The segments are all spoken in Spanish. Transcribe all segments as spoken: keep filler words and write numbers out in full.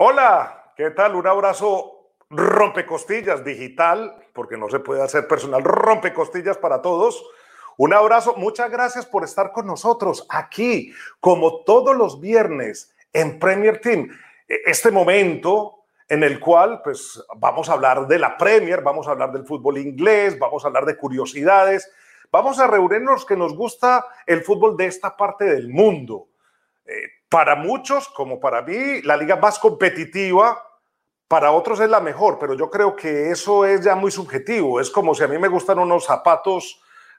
Hola, ¿qué tal? Un abrazo rompecostillas digital, porque no se puede hacer personal, rompecostillas para todos. Un abrazo, muchas gracias por estar con nosotros aquí, como todos los viernes en Premier Team. Este momento en el cual pues vamos a hablar de la Premier, vamos a hablar del fútbol inglés, vamos a hablar de curiosidades, vamos a reunirnos que nos gusta el fútbol de esta parte del mundo. Eh, para muchos, como para mí, la liga más competitiva, para otros es la mejor, pero yo creo que eso es ya muy subjetivo. Es como si a mí me gustan unos zapatos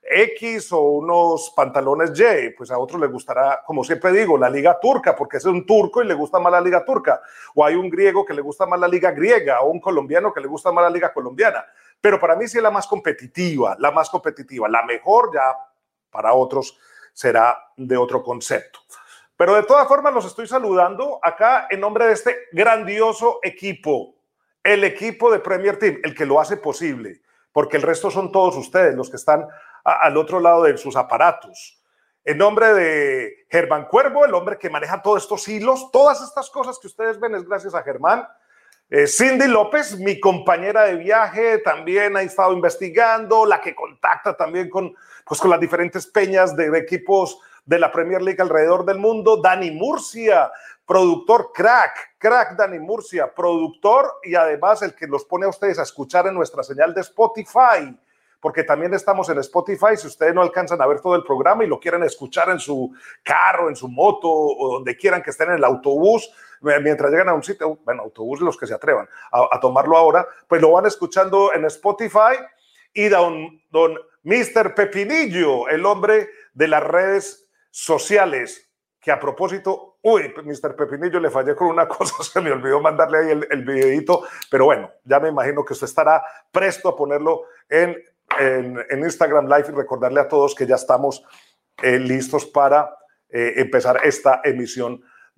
X o unos pantalones Y, pues a otros les gustará, como siempre digo, la liga turca, porque es un turco y le gusta más la liga turca, o hay un griego que le gusta más la liga griega, o un colombiano que le gusta más la liga colombiana, pero para mí sí es la más competitiva, la más competitiva, la mejor ya para otros será de otro concepto. Pero de todas formas los estoy saludando acá en nombre de este grandioso equipo, el equipo de Premier Team, el que lo hace posible, porque el resto son todos ustedes, los que están a, al otro lado de sus aparatos. En nombre de Germán Cuervo, el hombre que maneja todos estos hilos, todas estas cosas que ustedes ven es gracias a Germán. Eh, Cindy López, mi compañera de viaje, también ha estado investigando, la que contacta también con, pues, con las diferentes peñas de, de equipos de la Premier League alrededor del mundo. Dani Murcia, productor, crack, crack Dani Murcia, productor y además el que los pone a ustedes a escuchar en nuestra señal de Spotify, porque también estamos en Spotify. Si ustedes no alcanzan a ver todo el programa y lo quieren escuchar en su carro, en su moto o donde quieran que estén, en el autobús, mientras llegan a un sitio, bueno, autobús los que se atrevan a, a tomarlo ahora, pues lo van escuchando en Spotify. Y don, don mister Pepinillo, el hombre de las redes sociales, que a propósito, uy, mister Pepinillo, le fallé con una cosa, se me olvidó mandarle ahí el, el videito, pero bueno, ya me imagino que usted estará presto a ponerlo en, en, en Instagram Live y recordarle a todos que ya estamos eh, listos para eh, empezar esta emisión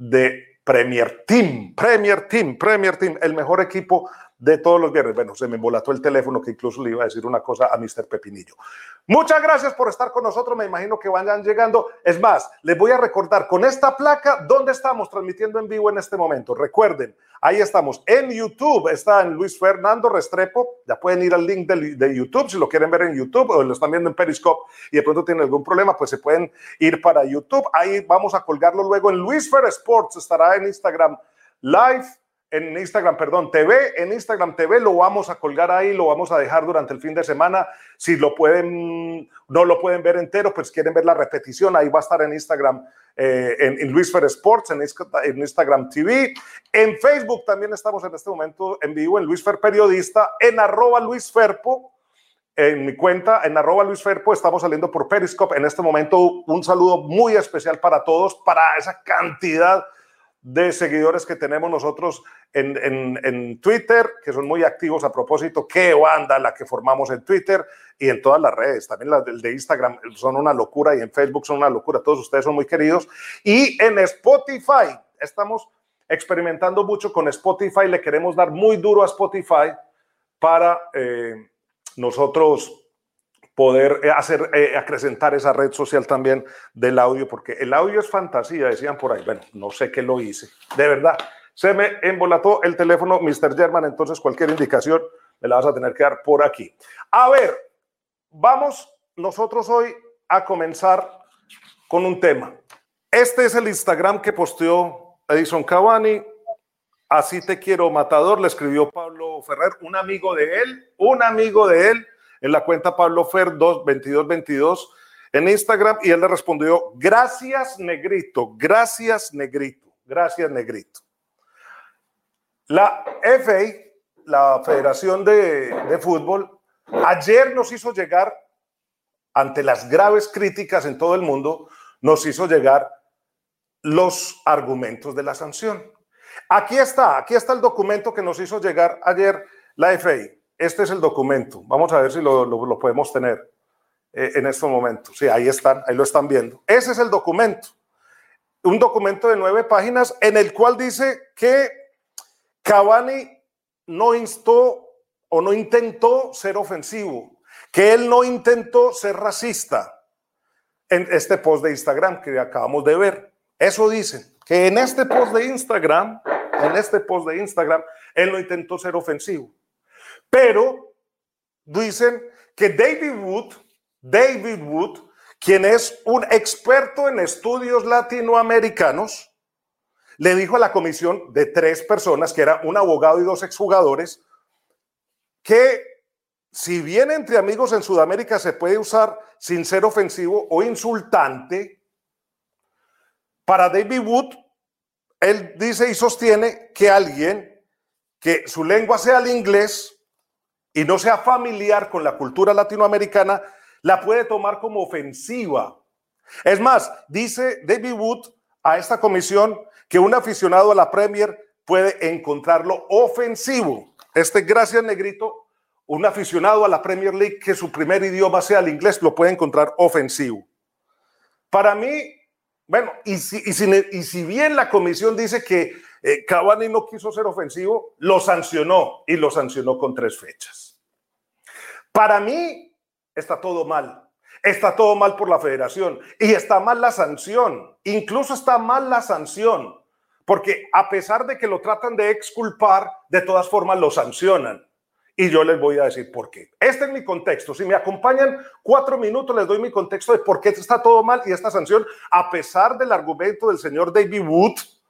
de Premier Team, Premier Team, Premier Team, el mejor equipo de todos los viernes. Bueno, se me embolató el teléfono, que incluso le iba a decir una cosa a mister Pepinillo. Muchas gracias por estar con nosotros, me imagino que vayan llegando. Es más, les voy a recordar con esta placa dónde estamos transmitiendo en vivo en este momento. Recuerden, ahí estamos en YouTube, está en Luis Fernando Restrepo, ya pueden ir al link de, de YouTube si lo quieren ver en YouTube o lo están viendo en Periscope y de pronto tienen algún problema, pues se pueden ir para YouTube. Ahí vamos a colgarlo luego en Luis Fer Sports, estará en Instagram Live, en Instagram, perdón, T V, en Instagram T V lo vamos a colgar ahí, lo vamos a dejar durante el fin de semana. Si lo pueden, no lo pueden ver entero, pues quieren ver la repetición, ahí va a estar en Instagram, eh, en, en Luis Fer Sports, en, en Instagram T V. En Facebook también estamos en este momento en vivo, en Luis Fer Periodista, en arroba Luis Ferpo, en mi cuenta, en arroba Luis Ferpo, estamos saliendo por Periscope. En este momento, un saludo muy especial para todos, para esa cantidad de seguidores que tenemos nosotros en, en, en Twitter, que son muy activos a propósito. Qué banda la que formamos en Twitter y en todas las redes, también las de Instagram son una locura y en Facebook son una locura, todos ustedes son muy queridos. Y en Spotify, estamos experimentando mucho con Spotify, le queremos dar muy duro a Spotify para eh, nosotros poder hacer, eh, acrecentar esa red social también del audio, porque el audio es fantasía, decían por ahí. Bueno, no sé qué lo hice, de verdad, se me embolató el teléfono, mister German, entonces cualquier indicación me la vas a tener que dar por aquí. A ver, vamos nosotros hoy a comenzar con un tema. Este es el Instagram que posteó Edison Cavani. Así te quiero, matador, le escribió Pablo Ferrer, un amigo de él, un amigo de él, en la cuenta Pablo Fer veintidós veintidós en Instagram, y él le respondió: gracias, negrito, gracias, negrito, gracias, negrito. La F A, la Federación de, de Fútbol, ayer nos hizo llegar, ante las graves críticas en todo el mundo, nos hizo llegar los argumentos de la sanción. Aquí está, aquí está el documento que nos hizo llegar ayer la F A. Este es el documento. Vamos a ver si lo, lo, lo podemos tener eh, en estos momentos. Sí, ahí están, ahí lo están viendo. Ese es el documento. Un documento de nueve páginas en el cual dice que Cavani no instó o no intentó ser ofensivo, que él no intentó ser racista en este post de Instagram que acabamos de ver. Eso dicen, que en este post de Instagram en este post de Instagram, él no intentó ser ofensivo. Pero dicen que David Wood, David Wood, quien es un experto en estudios latinoamericanos, le dijo a la comisión de tres personas, que era un abogado y dos exjugadores, que si bien entre amigos en Sudamérica se puede usar sin ser ofensivo o insultante, para David Wood, él dice y sostiene que alguien que su lengua sea el inglés y no sea familiar con la cultura latinoamericana, la puede tomar como ofensiva. Es más, dice David Wood a esta comisión que un aficionado a la Premier puede encontrarlo ofensivo. Este gracias negrito, un aficionado a la Premier League que su primer idioma sea el inglés, lo puede encontrar ofensivo. Para mí, bueno, y si, y si, y si bien la comisión dice que eh, Cavani no quiso ser ofensivo, lo sancionó y lo sancionó con tres fechas. Para mí está todo mal. Está todo mal por la federación y está mal la sanción. Incluso está mal la sanción, porque a pesar de que lo tratan de exculpar, de todas formas lo sancionan. Y yo les voy a decir por qué. Este es mi contexto. Si me acompañan cuatro minutos, les doy mi contexto de por qué está todo mal y esta sanción, a pesar del argumento del señor David Wood,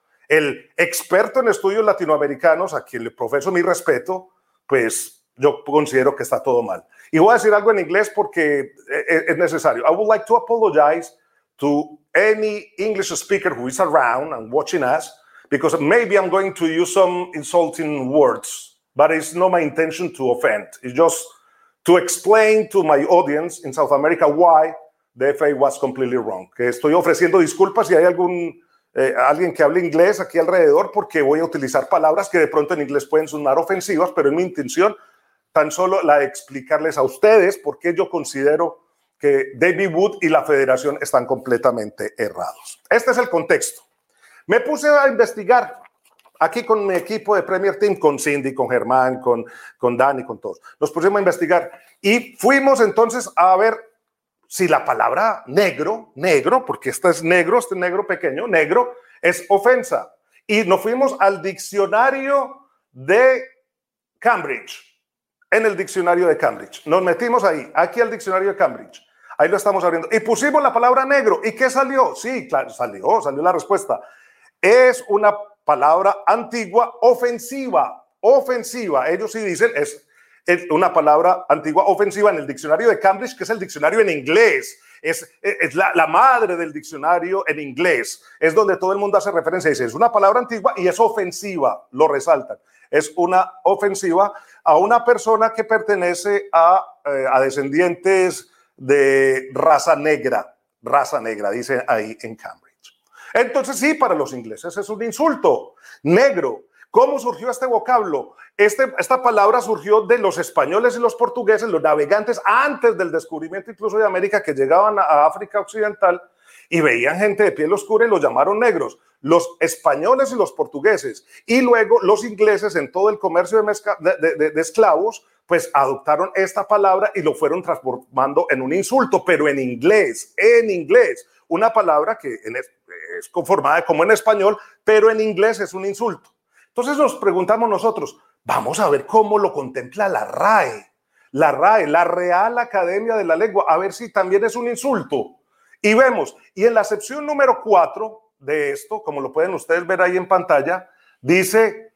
el experto en estudios latinoamericanos, a quien le profeso mi respeto, pues yo considero que está todo mal. Y voy a decir algo en inglés porque es necesario. I would like to apologize to any English speaker who is around and watching us, because maybe I'm going to use some insulting words. But it's not my intention to offend. It's just to explain to my audience in South America why the F A was completely wrong. Que estoy ofreciendo disculpas si hay algún eh, alguien que hable inglés aquí alrededor, porque voy a utilizar palabras que de pronto en inglés pueden sonar ofensivas, pero es mi intención tan solo la de explicarles a ustedes por qué yo considero que David Wood y la federación están completamente errados. Este es el contexto. Me puse a investigar aquí con mi equipo de Premier Team, con Cindy, con Germán, con, con Dani, con todos. Nos pusimos a investigar y fuimos entonces a ver si la palabra negro, negro, porque este es negro, este negro pequeño, negro, es ofensa. Y nos fuimos al diccionario de Cambridge, en el diccionario de Cambridge. Nos metimos ahí, aquí al diccionario de Cambridge. Ahí lo estamos abriendo. Y pusimos la palabra negro. ¿Y qué salió? Sí, claro, salió, salió la respuesta. Es una palabra antigua ofensiva, ofensiva. Ellos sí dicen es, es una palabra antigua ofensiva en el diccionario de Cambridge, que es el diccionario en inglés. Es, es la, la madre del diccionario en inglés. Es donde todo el mundo hace referencia. Dice, es una palabra antigua y es ofensiva, lo resaltan. Es una ofensiva a una persona que pertenece a, eh, a descendientes de raza negra, raza negra, dice ahí en Cambridge. Entonces sí, para los ingleses es un insulto. Negro. ¿Cómo surgió este vocablo? Este, esta palabra surgió de los españoles y los portugueses, los navegantes, antes del descubrimiento incluso de América, que llegaban a África Occidental y veían gente de piel oscura y los llamaron negros. Los españoles y los portugueses, y luego los ingleses en todo el comercio de, mezca, de, de, de esclavos, pues adoptaron esta palabra y lo fueron transformando en un insulto, pero en inglés, en inglés. Una palabra que en es, es conformada como en español, pero en inglés es un insulto. Entonces nos preguntamos nosotros, vamos a ver cómo lo contempla la R A E. La R A E, la Real Academia de la Lengua, a ver si también es un insulto. Y vemos, y en la sección número cuatro de esto, como lo pueden ustedes ver ahí en pantalla, dice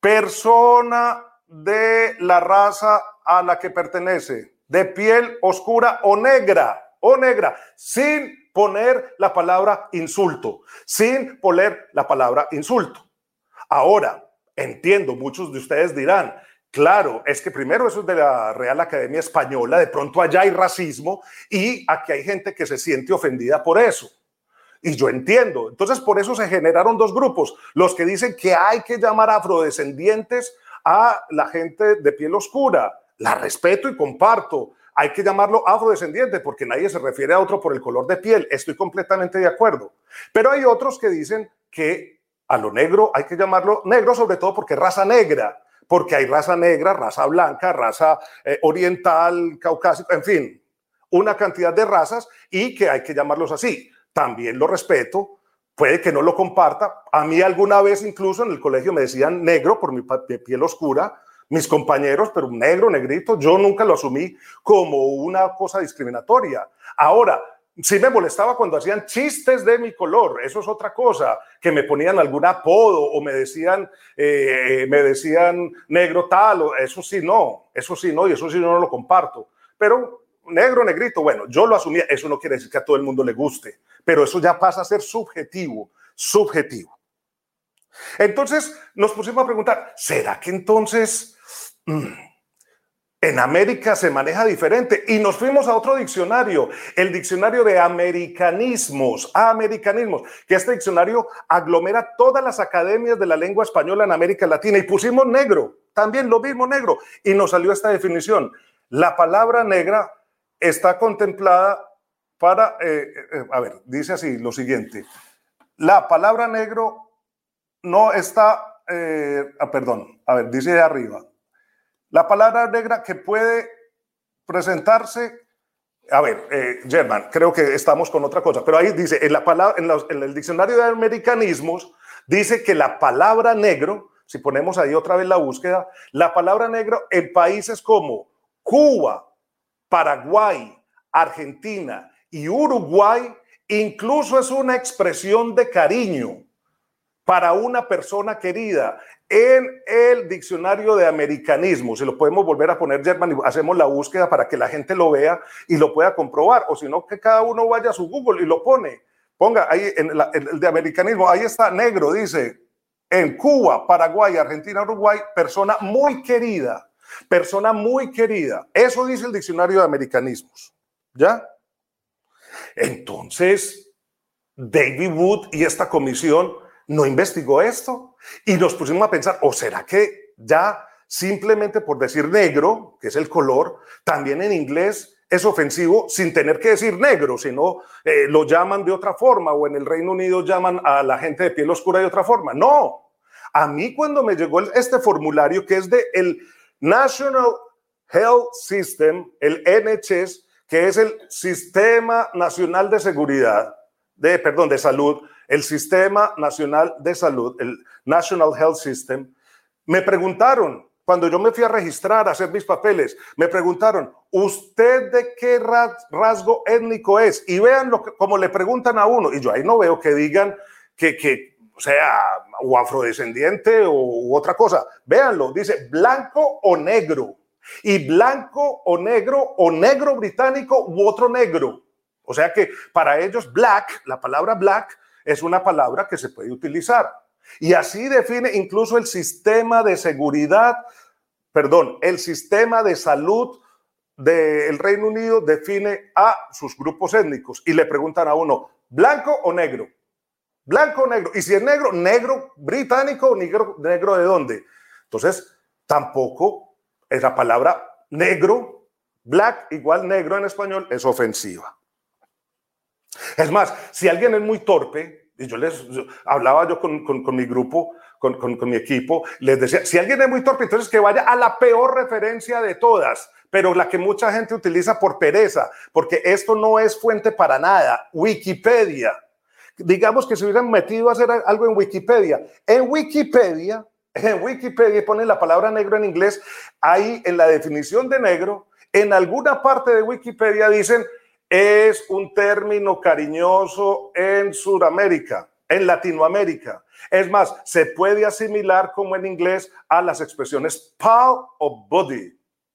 persona de la raza a la que pertenece, de piel oscura o negra, o negra, sin poner la palabra insulto, sin poner la palabra insulto. Ahora, entiendo, muchos de ustedes dirán, claro, es que primero eso es de la Real Academia Española, de pronto allá hay racismo y aquí hay gente que se siente ofendida por eso. Y yo entiendo. Entonces, por eso se generaron dos grupos. Los que dicen que hay que llamar afrodescendientes a la gente de piel oscura. La respeto y comparto. Hay que llamarlo afrodescendiente porque nadie se refiere a otro por el color de piel. Estoy completamente de acuerdo. Pero hay otros que dicen que a lo negro hay que llamarlo negro, sobre todo porque es raza negra. Porque hay raza negra, raza blanca, raza eh, oriental, caucásica, en fin, una cantidad de razas y que hay que llamarlos así. También lo respeto, puede que no lo comparta. A mí alguna vez incluso en el colegio me decían negro por mi piel oscura, mis compañeros, pero negro, negrito, yo nunca lo asumí como una cosa discriminatoria. Ahora, sí me molestaba cuando hacían chistes de mi color, eso es otra cosa, que me ponían algún apodo o me decían, eh, me decían negro tal, o eso sí no, eso sí no, y eso sí no lo comparto. Pero negro, negrito, bueno, yo lo asumía, eso no quiere decir que a todo el mundo le guste, pero eso ya pasa a ser subjetivo, subjetivo. Entonces nos pusimos a preguntar, ¿será que entonces mmm, en América se maneja diferente? Y nos fuimos a otro diccionario, el diccionario de americanismos, americanismos, que este diccionario aglomera todas las academias de la lengua española en América Latina, y pusimos negro, también lo mismo negro, y nos salió esta definición. La palabra negra está contemplada para, eh, eh, a ver, dice así lo siguiente, la palabra negro no está, eh, ah, perdón, a ver, dice de arriba, la palabra negra que puede presentarse, a ver, eh, Germán, creo que estamos con otra cosa, pero ahí dice, en, la palabra, en, los, en el diccionario de americanismos, dice que la palabra negro, si ponemos ahí otra vez la búsqueda, la palabra negro en países como Cuba, Paraguay, Argentina y Uruguay, incluso es una expresión de cariño para una persona querida. En el diccionario de americanismo, si lo podemos volver a poner, Germán, y hacemos la búsqueda para que la gente lo vea y lo pueda comprobar, o si no, que cada uno vaya a su Google y lo pone. Ponga ahí en, la, en el de americanismo, ahí está negro, dice, en Cuba, Paraguay, Argentina, Uruguay, persona muy querida, persona muy querida. Eso dice el diccionario de americanismos, ¿ya? Entonces, David Wood y esta comisión no investigó esto y nos pusimos a pensar, ¿o será que ya simplemente por decir negro, que es el color, también en inglés es ofensivo sin tener que decir negro, sino eh, lo llaman de otra forma, o en el Reino Unido llaman a la gente de piel oscura de otra forma? No, a mí cuando me llegó este formulario que es de el National Health System, el N H S, que es el Sistema Nacional de Seguridad, de, perdón, de Salud, el Sistema Nacional de Salud, el National Health System, me preguntaron, cuando yo me fui a registrar, a hacer mis papeles, me preguntaron, ¿usted de qué rasgo étnico es? Y vean lo que, como le preguntan a uno, y yo ahí no veo que digan que, que sea o afrodescendiente o u otra cosa. Véanlo, dice blanco o negro, y blanco o negro o negro británico u otro negro. O sea que para ellos black, la palabra black, es una palabra que se puede utilizar. Y así define incluso el sistema de seguridad, perdón, el sistema de salud del Reino Unido define a sus grupos étnicos y le preguntan a uno, ¿blanco o negro? Blanco o negro. Y si es negro, negro británico o negro, negro de dónde. Entonces, tampoco esa palabra negro, black igual negro en español, es ofensiva. Es más, si alguien es muy torpe, y yo les yo, hablaba yo con, con, con mi grupo, con, con, con mi equipo, les decía, si alguien es muy torpe, entonces que vaya a la peor referencia de todas, pero la que mucha gente utiliza por pereza, porque esto no es fuente para nada, Wikipedia. Digamos que se hubieran metido a hacer algo en Wikipedia. En Wikipedia, en Wikipedia ponen la palabra negro en inglés, ahí en la definición de negro, en alguna parte de Wikipedia dicen, es un término cariñoso en Sudamérica, en Latinoamérica. Es más, se puede asimilar como en inglés a las expresiones pal o buddy.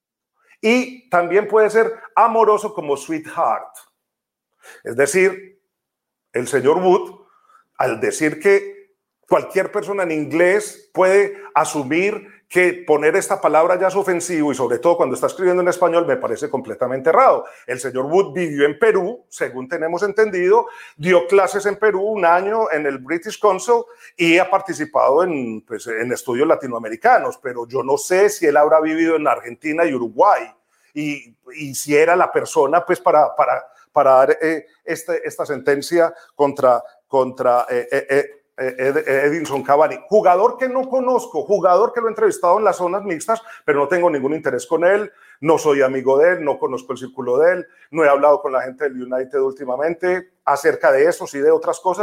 Y también puede ser amoroso como sweetheart. Es decir, el señor Wood, al decir que cualquier persona en inglés puede asumir que poner esta palabra ya es ofensivo, y sobre todo cuando está escribiendo en español, me parece completamente errado. El señor Wood vivió en Perú, según tenemos entendido, dio clases en Perú un año en el British Council y ha participado en, pues, en estudios latinoamericanos, pero yo no sé si él habrá vivido en Argentina y Uruguay y, y si era la persona pues para, para, para dar eh, este, esta sentencia contra, contra eh, eh, eh, Edinson Cavani, jugador que no conozco, jugador que lo he entrevistado en las zonas mixtas, pero no tengo ningún interés con él, no soy amigo de él, no conozco el círculo de él, no he hablado con la gente del United últimamente acerca de eso y de otras cosas. O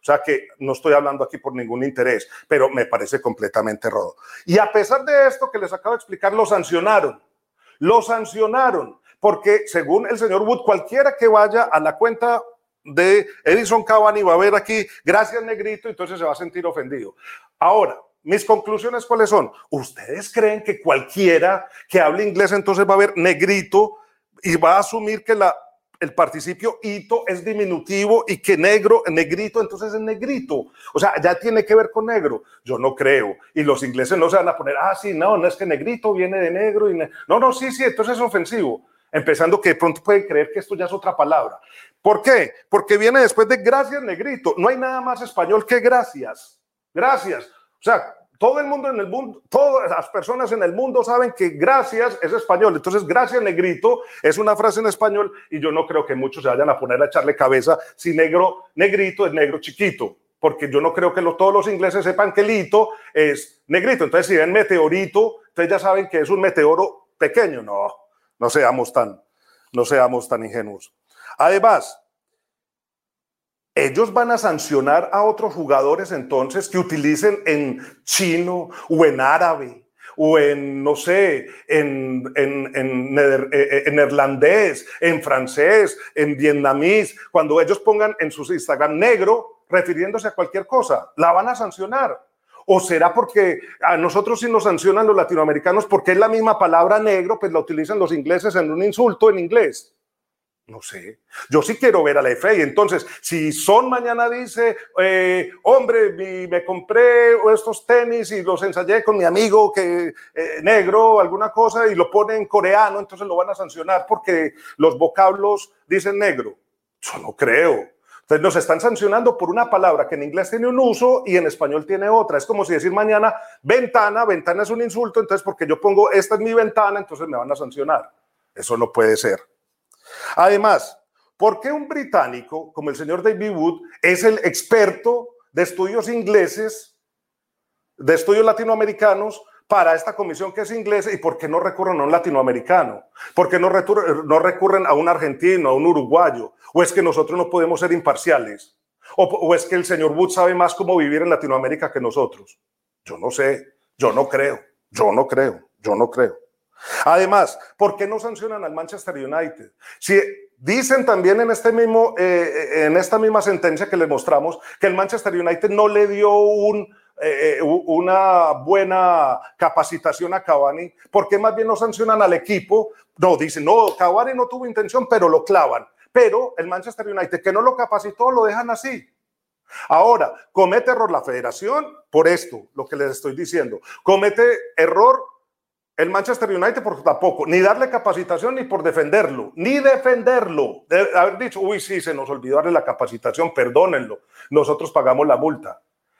sea que no estoy hablando aquí por ningún interés, pero me parece completamente rodo. Y a pesar de esto que les acabo de explicar, lo sancionaron. Lo sancionaron porque según el señor Wood, cualquiera que vaya a la cuenta de Edinson Cavani va a ver aquí, gracias negrito, entonces se va a sentir ofendido. Ahora, mis conclusiones, ¿cuáles son? ¿Ustedes creen que cualquiera que hable inglés entonces va a ver negrito y va a asumir que la, el participio ito es diminutivo y que negro, negrito, entonces es negrito? O sea, ya tiene que ver con negro. Yo no creo. Y los ingleses no se van a poner, ah, sí, no, no es que negrito viene de negro. Y ne no, no, sí, sí, entonces es ofensivo. Empezando que de pronto pueden creer que esto ya es otra palabra. ¿Por qué? Porque viene después de gracias, negrito. No hay nada más español que gracias. Gracias. O sea, todo el mundo en el mundo, todas las personas en el mundo saben que gracias es español. Entonces, gracias, negrito, es una frase en español y yo no creo que muchos se vayan a poner a echarle cabeza si negro, negrito es negro chiquito. Porque yo no creo que lo, todos los ingleses sepan que el hito es negrito. Entonces, si ven meteorito, ustedes ya saben que es un meteoro pequeño. No. No seamos tan, no seamos tan ingenuos. Además, ellos van a sancionar a otros jugadores entonces que utilicen en chino o en árabe o en, no sé, en, en, en, en neerlandés, en francés, en vietnamís, cuando ellos pongan en sus Instagram negro, refiriéndose a cualquier cosa, la van a sancionar. ¿O será porque a nosotros sí nos sancionan los latinoamericanos porque es la misma palabra negro, pues la utilizan los ingleses en un insulto en inglés? No sé. Yo sí quiero ver a la F A. Entonces, si Son mañana dice, eh, hombre, mi, me compré estos tenis y los ensayé con mi amigo que eh, negro o alguna cosa y lo pone en coreano, entonces lo van a sancionar porque los vocablos dicen negro. Yo no creo. Entonces nos están sancionando por una palabra que en inglés tiene un uso y en español tiene otra. Es como si decir mañana ventana, ventana es un insulto, entonces porque yo pongo esta es mi ventana, entonces me van a sancionar. Eso no puede ser. Además, ¿por qué un británico como el señor David Wood es el experto de estudios ingleses, de estudios latinoamericanos, para esta comisión que es inglesa, y por qué no recurren a un latinoamericano? ¿Por qué no, no recurren a un argentino, a un uruguayo? ¿O es que nosotros no podemos ser imparciales? ¿O, o es que el señor Wood sabe más cómo vivir en Latinoamérica que nosotros? Yo no sé, yo no creo, yo no creo, yo no creo. Además, ¿por qué no sancionan al Manchester United? Si dicen también en, este mismo, eh, en esta misma sentencia que les mostramos que el Manchester United no le dio un... Eh, una buena capacitación a Cavani, ¿por qué más bien no sancionan al equipo? No, dicen, no, Cavani no tuvo intención, pero lo clavan. Pero el Manchester United, que no lo capacitó, lo dejan así. Ahora, comete error la federación por esto, lo que les estoy diciendo. Comete error el Manchester United por tampoco, ni darle capacitación ni por defenderlo, ni defenderlo. De haber dicho, uy, sí, se nos olvidó darle la capacitación, perdónenlo, nosotros pagamos la multa.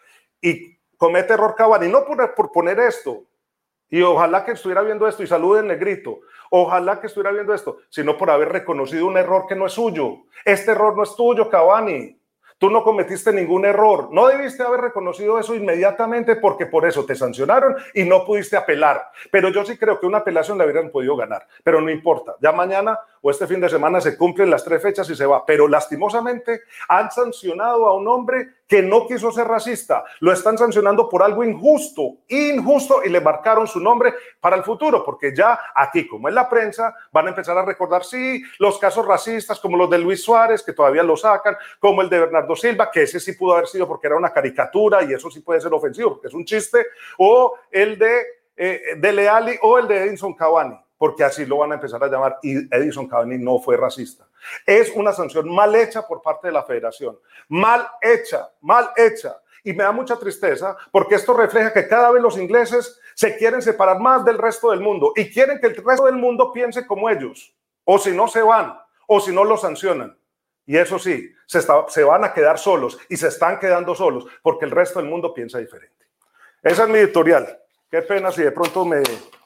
Y comete error Cavani, no por, por poner esto, y ojalá que estuviera viendo esto, y saluden negrito, ojalá que estuviera viendo esto, sino por haber reconocido un error que no es suyo. Este error no es tuyo, Cavani. Tú no cometiste ningún error. No debiste haber reconocido eso inmediatamente porque por eso te sancionaron y no pudiste apelar. Pero yo sí creo que una apelación la hubieran podido ganar. Pero no importa. Ya mañana o este fin de semana se cumplen las tres fechas y se va. Pero lastimosamente han sancionado a un hombre que no quiso ser racista. Lo están sancionando por algo injusto, injusto, y le marcaron su nombre para el futuro, porque ya aquí, como en la prensa, van a empezar a recordar, sí, los casos racistas como los de Luis Suárez, que todavía lo sacan, como el de Bernardo Silva, que ese sí pudo haber sido porque era una caricatura y eso sí puede ser ofensivo porque es un chiste, o el de eh, Dele Alli o el de Edinson Cavani, porque así lo van a empezar a llamar, y Edinson Cavani no fue racista. Es una sanción mal hecha por parte de la federación, mal hecha, mal hecha, y me da mucha tristeza porque esto refleja que cada vez los ingleses se quieren separar más del resto del mundo y quieren que el resto del mundo piense como ellos, o si no se van, o si no los sancionan. Y eso sí, se, está, se van a quedar solos y se están quedando solos porque el resto del mundo piensa diferente. Esa es mi editorial. Qué pena si de pronto me...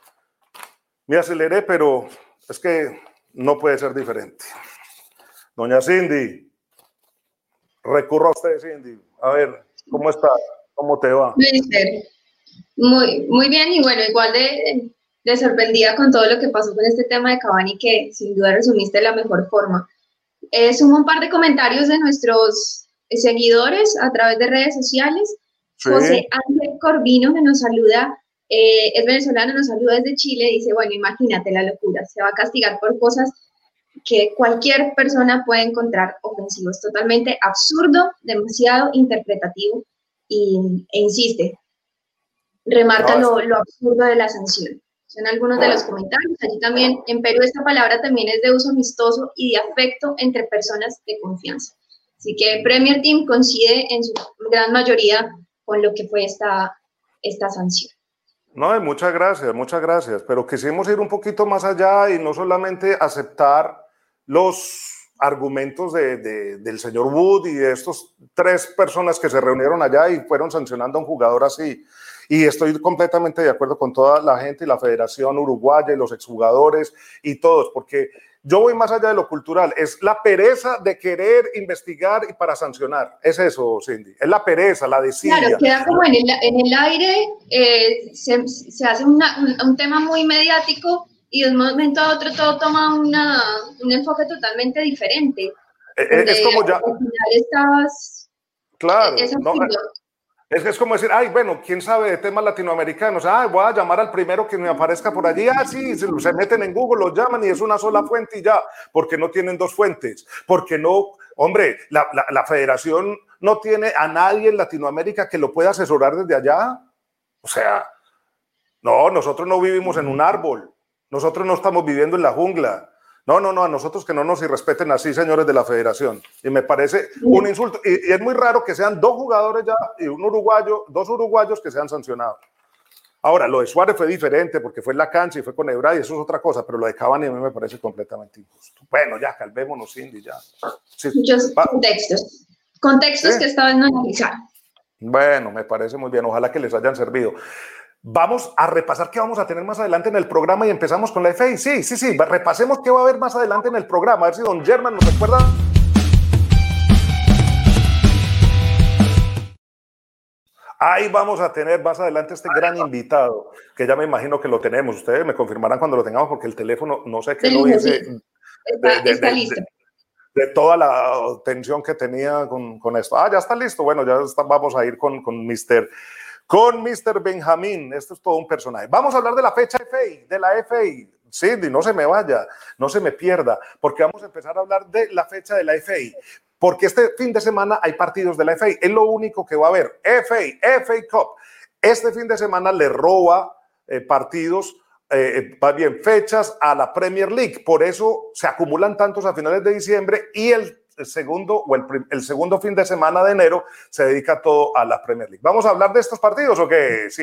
Me aceleré, pero es que no puede ser diferente. Doña Cindy, recurro a usted, Cindy. A ver, ¿cómo está? ¿Cómo te va? Muy, muy bien, y bueno, igual de, de sorprendida con todo lo que pasó con este tema de Cavani, que sin duda resumiste de la mejor forma. Eh, sumo un par de comentarios de nuestros seguidores a través de redes sociales. Sí. José Ángel Corvino, que nos saluda, eh, es venezolano, nos saluda desde Chile, dice, bueno, imagínate la locura, se va a castigar por cosas que cualquier persona puede encontrar ofensivos. Totalmente absurdo, demasiado interpretativo, y, e insiste, remarca no, lo, lo absurdo de la sanción. Son algunos de los comentarios. Allí también, en Perú, esta palabra también es de uso amistoso y de afecto entre personas de confianza. Así que Premier Team coincide en su gran mayoría con lo que fue esta, esta sanción. No, muchas gracias, muchas gracias, pero quisimos ir un poquito más allá y no solamente aceptar los argumentos de, de, del señor Wood y de estos tres personas que se reunieron allá y fueron sancionando a un jugador así. Y estoy completamente de acuerdo con toda la gente y la Federación Uruguaya y los exjugadores y todos, porque yo voy más allá de lo cultural, es la pereza de querer investigar y para sancionar, es eso, Cindy, es la pereza, la desidia. Claro, queda como en el, en el aire, eh, se, se hace una, un, un tema muy mediático y de un momento a otro todo toma una, un enfoque totalmente diferente. Es, es como ya... Al final estás... Claro, es no, es, es como decir, ay, bueno, ¿quién sabe de temas latinoamericanos? Ay, voy a llamar al primero que me aparezca por allí. Ah, sí, se, se meten en Google, lo llaman y es una sola fuente y ya. Porque no tienen dos fuentes. Porque no, hombre, la, la, la federación no tiene a nadie en Latinoamérica que lo pueda asesorar desde allá. O sea, no, nosotros no vivimos en un árbol. Nosotros no estamos viviendo en la jungla. No, no, no, a nosotros que no nos irrespeten así, señores de la federación. Y me parece un insulto. Y, y es muy raro que sean dos jugadores ya y un uruguayo, dos uruguayos que sean sancionados. Ahora, lo de Suárez fue diferente porque fue en la cancha y fue con Ebra y eso es otra cosa, pero lo de Cavani a mí me parece completamente injusto. Bueno, ya, calvémonos, Cindy, ya. Sí. Muchos Va. contextos. Contextos ¿Sí? que esta vez no analizaron. Bueno, me parece muy bien. Ojalá que les hayan servido. Vamos a repasar qué vamos a tener más adelante en el programa y empezamos con la F A. Sí, sí, sí, repasemos qué va a haber más adelante en el programa. A ver si don Germán nos recuerda. Ahí vamos a tener más adelante este gran invitado, que ya me imagino que lo tenemos. Ustedes me confirmarán cuando lo tengamos porque el teléfono no sé qué lo dice. Sí. Está, de, de, está de, listo. De, de toda la tensión que tenía con, con esto. Ah, ya está listo. Bueno, ya está, vamos a ir con, con mister Con mister Benjamín, esto es todo un personaje. Vamos a hablar de la fecha F A, de la F A. Cindy, no se me vaya, no se me pierda, porque vamos a empezar a hablar de la fecha de la F A. Porque este fin de semana hay partidos de la F A. Es lo único que va a haber. F A, F A Cup. Este fin de semana le roba eh, partidos, eh, más bien fechas a la Premier League. Por eso se acumulan tantos a finales de diciembre y el el segundo o el, el segundo fin de semana de enero se dedica todo a la Premier League. ¿Vamos a hablar de estos partidos o qué? Sí.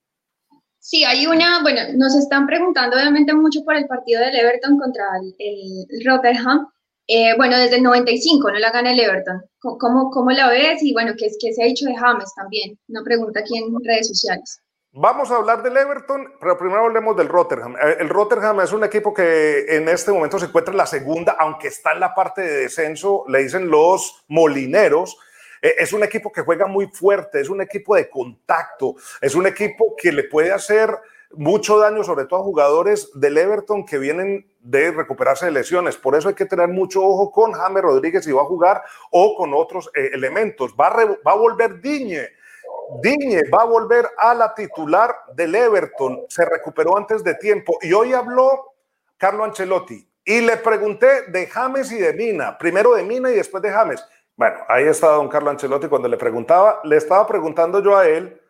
Sí, hay una, bueno, nos están preguntando obviamente mucho por el partido del Everton contra el, el Rotherham. Eh, bueno, desde el noventa y cinco no la gana el Everton. ¿Cómo, cómo la ves? Y bueno, ¿qué, qué se ha dicho de James también? Una pregunta aquí en redes sociales. Vamos a hablar del Everton, pero primero hablemos del Rotherham. El Rotherham es un equipo que en este momento se encuentra en la segunda, aunque está en la parte de descenso, le dicen los molineros. Es un equipo que juega muy fuerte, es un equipo de contacto, es un equipo que le puede hacer mucho daño, sobre todo a jugadores del Everton que vienen de recuperarse de lesiones. Por eso hay que tener mucho ojo con James Rodríguez si va a jugar o con otros eh, elementos. Va a, re, va a volver Digne. Digne va a volver a la titular del Everton, se recuperó antes de tiempo y hoy habló Carlo Ancelotti y le pregunté de James y de Mina, primero de Mina y después de James. Bueno, ahí está don Carlo Ancelotti cuando le preguntaba, le estaba preguntando yo a él,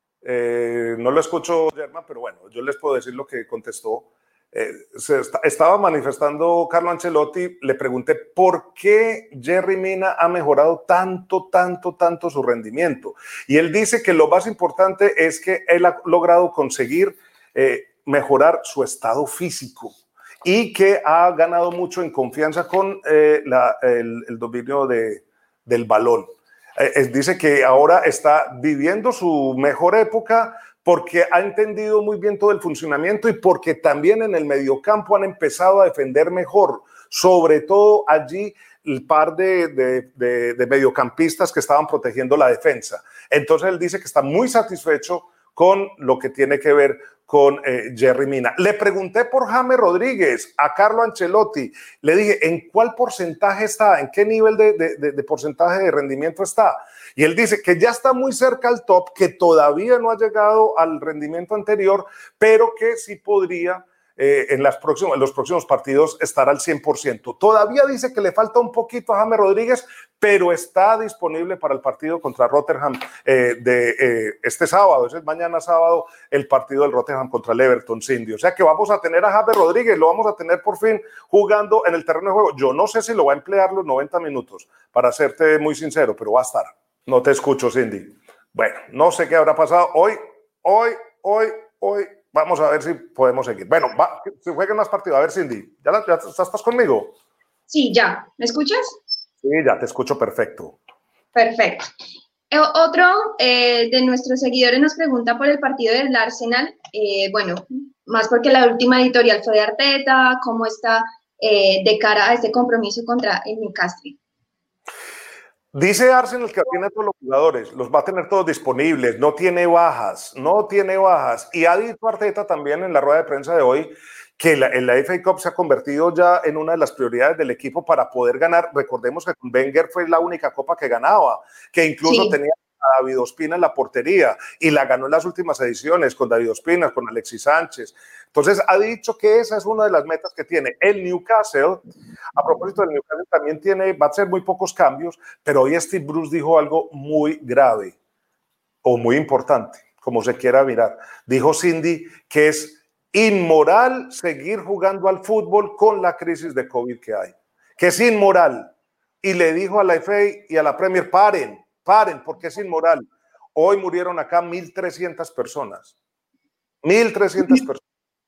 eh, no lo escucho Germán, pero bueno, yo les puedo decir lo que contestó. Eh, se está, estaba manifestando Carlo Ancelotti, le pregunté por qué Yerry Mina ha mejorado tanto, tanto, tanto su rendimiento. Y él dice que lo más importante es que él ha logrado conseguir eh, mejorar su estado físico y que ha ganado mucho en confianza con eh, la, el, el dominio de, del balón. Eh, dice que ahora está viviendo su mejor época porque ha entendido muy bien todo el funcionamiento y porque también en el mediocampo han empezado a defender mejor, sobre todo allí el par de, de, de, de mediocampistas que estaban protegiendo la defensa. Entonces él dice que está muy satisfecho con lo que tiene que ver con eh, Jerry Mina. Le pregunté por James Rodríguez a Carlo Ancelotti, le dije, ¿en cuál porcentaje está? ¿En qué nivel de, de, de, de porcentaje de rendimiento está? Y él dice que ya está muy cerca al top, que todavía no ha llegado al rendimiento anterior, pero que sí podría eh, en, las próximas, en los próximos partidos estar al cien por ciento. Todavía dice que le falta un poquito a James Rodríguez, pero está disponible para el partido contra Rotterdam eh, de eh, este sábado, ese es mañana sábado, el partido del Rotterdam contra el Everton Cindy. O sea que vamos a tener a James Rodríguez, lo vamos a tener por fin jugando en el terreno de juego. Yo no sé si lo va a emplear los noventa minutos, para serte muy sincero, pero va a estar. No te escucho, Cindy. Bueno, no sé qué habrá pasado. Hoy, hoy, hoy, hoy, vamos a ver si podemos seguir. Bueno, va, si jueguen más partidos. A ver, Cindy, ¿ya, la, ya estás conmigo? Sí, ya. ¿Me escuchas? Sí, ya te escucho perfecto. Perfecto. Eh, otro eh, de nuestros seguidores nos pregunta por el partido del Arsenal. Eh, bueno, más porque la última editorial fue de Arteta. ¿Cómo está eh, de cara a este compromiso contra el Newcastle? Dice Arsenal que tiene a todos los jugadores, los va a tener todos disponibles, no tiene bajas, no tiene bajas. Y ha dicho Arteta también en la rueda de prensa de hoy que la, la F A Cup se ha convertido ya en una de las prioridades del equipo para poder ganar. Recordemos que con Wenger fue la única copa que ganaba, que incluso sí. tenía a David Ospina en la portería y la ganó en las últimas ediciones con David Ospina, con Alexis Sánchez. Entonces ha dicho que esa es una de las metas que tiene el Newcastle. A propósito del Newcastle también tiene, va a ser muy pocos cambios, pero hoy Steve Bruce dijo algo muy grave o muy importante, como se quiera mirar. Dijo Cindy que es inmoral seguir jugando al fútbol con la crisis de COVID que hay, que es inmoral. Y le dijo a la F A y a la Premier, paren, paren, porque es inmoral. Hoy murieron acá mil trescientas personas, mil trescientas personas.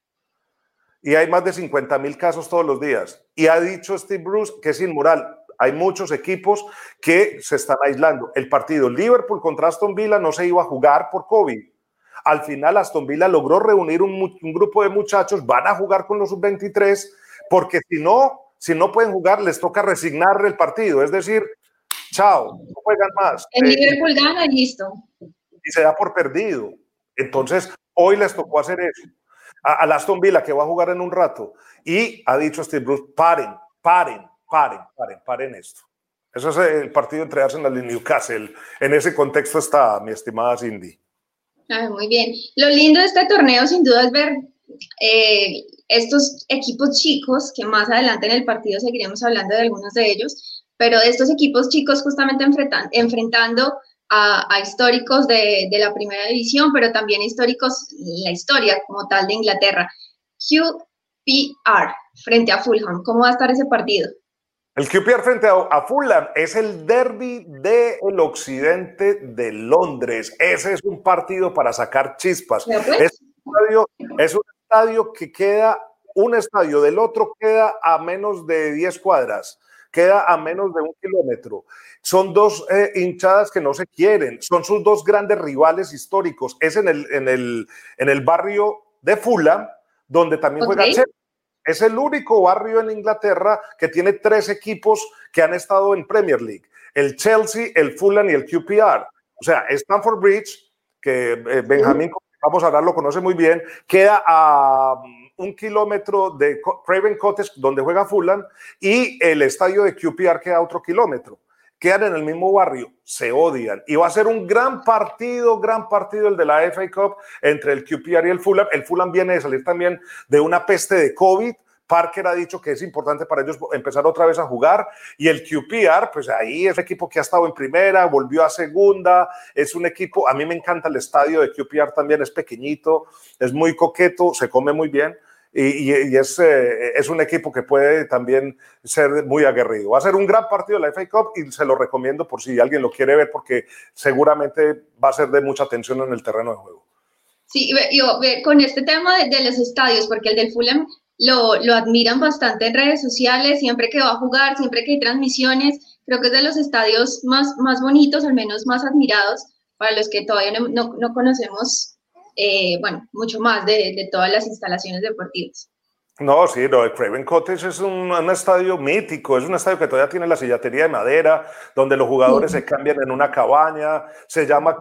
Y hay más de cincuenta mil casos todos los días. Y ha dicho Steve Bruce que es inmoral. Hay muchos equipos que se están aislando. El partido Liverpool contra Aston Villa no se iba a jugar por COVID. Al final Aston Villa logró reunir un, un grupo de muchachos, van a jugar con los sub veintitrés, porque si no, si no pueden jugar, les toca resignar el partido. Es decir, chao, no juegan más. El Liverpool eh, gana y listo. Y se da por perdido. Entonces, hoy les tocó hacer eso. A, a Aston Villa, que va a jugar en un rato, y ha dicho Steve Bruce, paren, paren, paren, paren, paren esto. Eso es el partido entre Arsenal y Newcastle. En ese contexto está, mi estimada Cindy. Ah, muy bien. Lo lindo de este torneo, sin duda, es ver eh, estos equipos chicos, que más adelante en el partido seguiremos hablando de algunos de ellos, pero de estos equipos chicos justamente enfrentan, enfrentando a, a históricos de, de la primera división, pero también históricos, la historia como tal de Inglaterra. Q P R frente a Fulham. ¿Cómo va a estar ese partido? El Q P R frente a, a Fulham es el derbi del occidente de Londres. Ese es un partido para sacar chispas. Pues? Es, un estadio, es un estadio que queda, un estadio del otro queda a menos de diez cuadras, queda a menos de un kilómetro. Son dos eh, hinchadas que no se quieren, son sus dos grandes rivales históricos. Es en el, en el, en el barrio de Fulham, donde también okay. juega Chelsea. Es el único barrio en Inglaterra que tiene tres equipos que han estado en Premier League. El Chelsea, el Fulham y el Q P R. O sea, Stamford Bridge, que eh, Benjamín, vamos a hablar, lo conoce muy bien, queda a um, un kilómetro de Craven Cottage, donde juega Fulham, y el estadio de Q P R queda a otro kilómetro. Quedan en el mismo barrio, se odian. Y va a ser un gran partido, gran partido el de la F A Cup entre el Q P R y el Fulham. El Fulham viene de salir también de una peste de COVID. Parker ha dicho que es importante para ellos empezar otra vez a jugar. Y el Q P R, pues ahí es un equipo que ha estado en primera, volvió a segunda. Es un equipo, a mí me encanta el estadio de Q P R también, es pequeñito, es muy coqueto, se come muy bien. Y, y, y es, eh, es un equipo que puede también ser muy aguerrido. Va a ser un gran partido de la F A Cup y se lo recomiendo por si alguien lo quiere ver, porque seguramente va a ser de mucha tensión en el terreno de juego. Sí, yo con este tema de, de los estadios, porque el del Fulham lo, lo admiran bastante en redes sociales, siempre que va a jugar, siempre que hay transmisiones, creo que es de los estadios más, más bonitos, al menos más admirados, para los que todavía no, no, no conocemos. Eh, bueno, mucho más de, de todas las instalaciones deportivas. No, sí, no, el Craven Cottage es un, un estadio mítico, es un estadio que todavía tiene la sillatería de madera, donde los jugadores sí. se cambian en una cabaña, se llama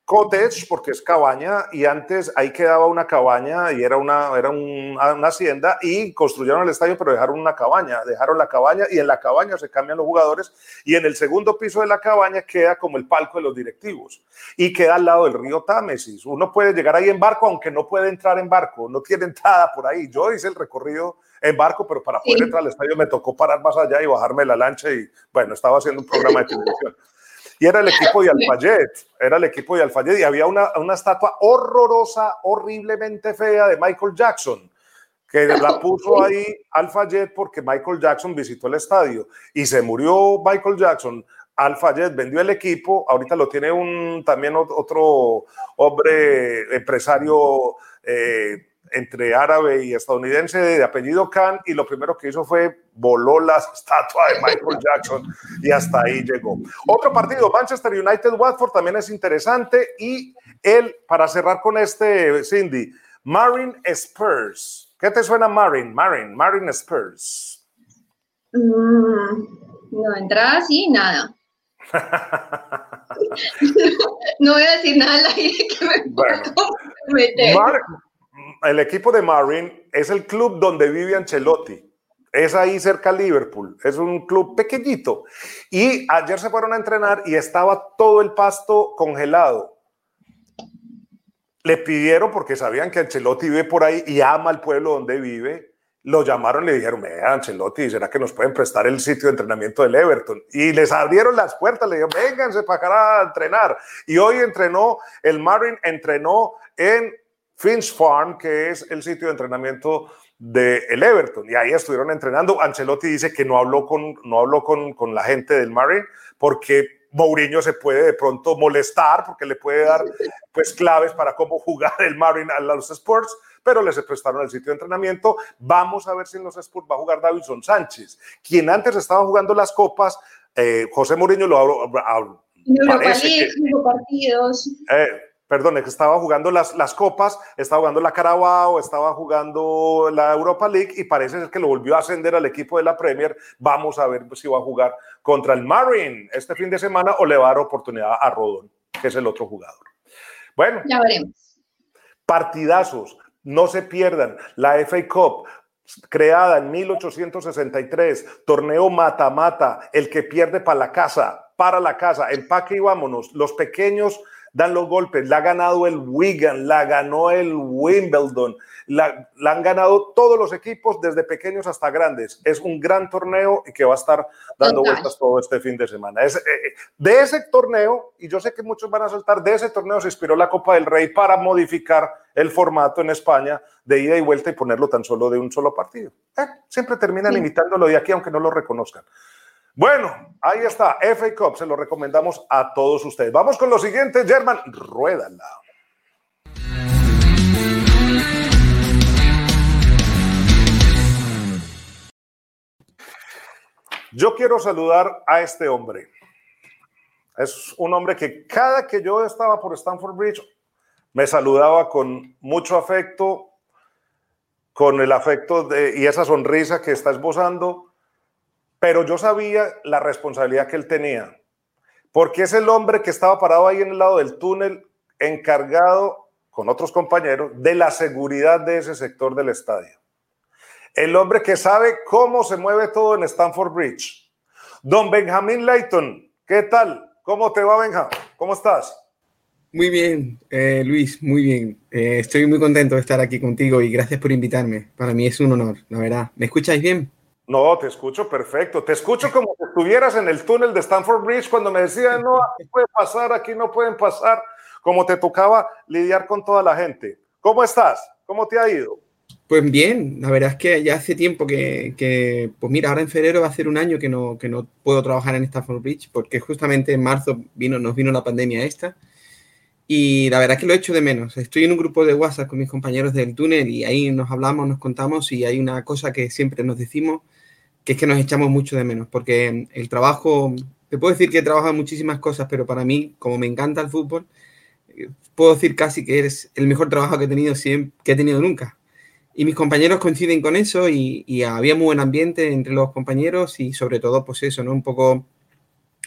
cottage porque es cabaña y antes ahí quedaba una cabaña y era una, era un, una hacienda y construyeron el estadio pero dejaron una cabaña, dejaron la cabaña y en la cabaña se cambian los jugadores y en el segundo piso de la cabaña queda como el palco de los directivos y queda al lado del río Támesis. Uno puede llegar ahí en barco aunque no puede entrar en barco, no tiene entrada por ahí. Yo hice el recorrido en barco pero para poder sí. entrar al estadio me tocó parar más allá y bajarme de la lancha y bueno, estaba haciendo un programa de televisión. Y era el equipo de Al-Fayed, era el equipo de Al-Fayed y había una, una estatua horrorosa, horriblemente fea de Michael Jackson, que la puso ahí Al-Fayed porque Michael Jackson visitó el estadio y se murió Michael Jackson. Al-Fayed vendió el equipo, ahorita lo tiene un también otro hombre empresario eh, entre árabe y estadounidense de apellido Khan y lo primero que hizo fue voló la estatua de Michael Jackson y hasta ahí llegó. Otro partido, Manchester United-Watford, también es interesante y él, para cerrar con este, Cindy, Marine Spurs. ¿Qué te suena Marine? Marine, Marine Spurs. Mm, no, entrada así, nada. No voy a decir nada al aire que me bueno, Mar el equipo de Marine es el club donde vive Ancelotti. Es ahí cerca de Liverpool. Es un club pequeñito. Y ayer se fueron a entrenar y estaba todo el pasto congelado. Le pidieron, porque sabían que Ancelotti vive por ahí y ama el pueblo donde vive, lo llamaron y le dijeron, vea, Ancelotti, ¿será que nos pueden prestar el sitio de entrenamiento del Everton? Y les abrieron las puertas, le dijeron, vénganse para acá a entrenar. Y hoy entrenó, el Marine entrenó en Finch Farm, que es el sitio de entrenamiento del Everton, y ahí estuvieron entrenando. Ancelotti dice que no habló con, no habló con, con la gente del Marine porque Mourinho se puede de pronto molestar porque le puede dar pues claves para cómo jugar el Marine a los Spurs, pero les prestaron el sitio de entrenamiento. Vamos a ver si en los Spurs va a jugar Davinson Sánchez, quien antes estaba jugando las copas. eh, José Mourinho lo habló. Europa League, partidos. Eh, Perdón, que estaba jugando las, las copas, estaba jugando la Carabao, estaba jugando la Europa League y parece ser que lo volvió a ascender al equipo de la Premier. Vamos a ver si va a jugar contra el Marine este fin de semana o le va a dar oportunidad a Rodón, que es el otro jugador. Bueno, ya veremos. Partidazos, no se pierdan la F A Cup, creada en mil ochocientos sesenta y tres, torneo mata-mata, el que pierde para la casa, para la casa, empaque y vámonos. Los pequeños dan los golpes, la ha ganado el Wigan, la ganó el Wimbledon, la, la han ganado todos los equipos desde pequeños hasta grandes. Es un gran torneo y que va a estar dando Total. vueltas todo este fin de semana. Es, eh, de ese torneo, y yo sé que muchos van a saltar, de ese torneo se inspiró la Copa del Rey para modificar el formato en España de ida y vuelta y ponerlo tan solo de un solo partido. Eh, siempre terminan sí. imitándolo de aquí, aunque no lo reconozcan. Bueno, ahí está, F A Cup, se lo recomendamos a todos ustedes. Vamos con lo siguiente, German, ruédala. Yo quiero saludar a este hombre. Es un hombre que cada que yo estaba por Stamford Bridge me saludaba con mucho afecto, con el afecto de, y esa sonrisa que está esbozando. Pero yo sabía la responsabilidad que él tenía, porque es el hombre que estaba parado ahí en el lado del túnel, encargado con otros compañeros de la seguridad de ese sector del estadio. El hombre que sabe cómo se mueve todo en Stamford Bridge. Don Benjamín Layton, ¿qué tal? ¿Cómo te va, Benja? ¿Cómo estás? Muy bien, eh, Luis, muy bien. Eh, estoy muy contento de estar aquí contigo y gracias por invitarme. Para mí es un honor, la verdad. ¿Me escucháis bien? No, te escucho perfecto. Te escucho como si estuvieras en el túnel de Stamford Bridge cuando me decían, no, aquí puede pasar, aquí no pueden pasar, como te tocaba lidiar con toda la gente. ¿Cómo estás? ¿Cómo te ha ido? Pues bien, la verdad es que ya hace tiempo que, que pues mira, ahora en febrero va a ser un año que no, que no puedo trabajar en Stamford Bridge porque justamente en marzo vino, nos vino la pandemia esta y la verdad es que lo echo de menos. Estoy en un grupo de WhatsApp con mis compañeros del túnel y ahí nos hablamos, nos contamos y hay una cosa que siempre nos decimos, que es que nos echamos mucho de menos, porque el trabajo, te puedo decir que he trabajado en muchísimas cosas, pero para mí, como me encanta el fútbol, puedo decir casi que es el mejor trabajo que he tenido, siempre, que he tenido nunca. Y mis compañeros coinciden con eso y, y había muy buen ambiente entre los compañeros y sobre todo, pues eso, ¿no? Un poco,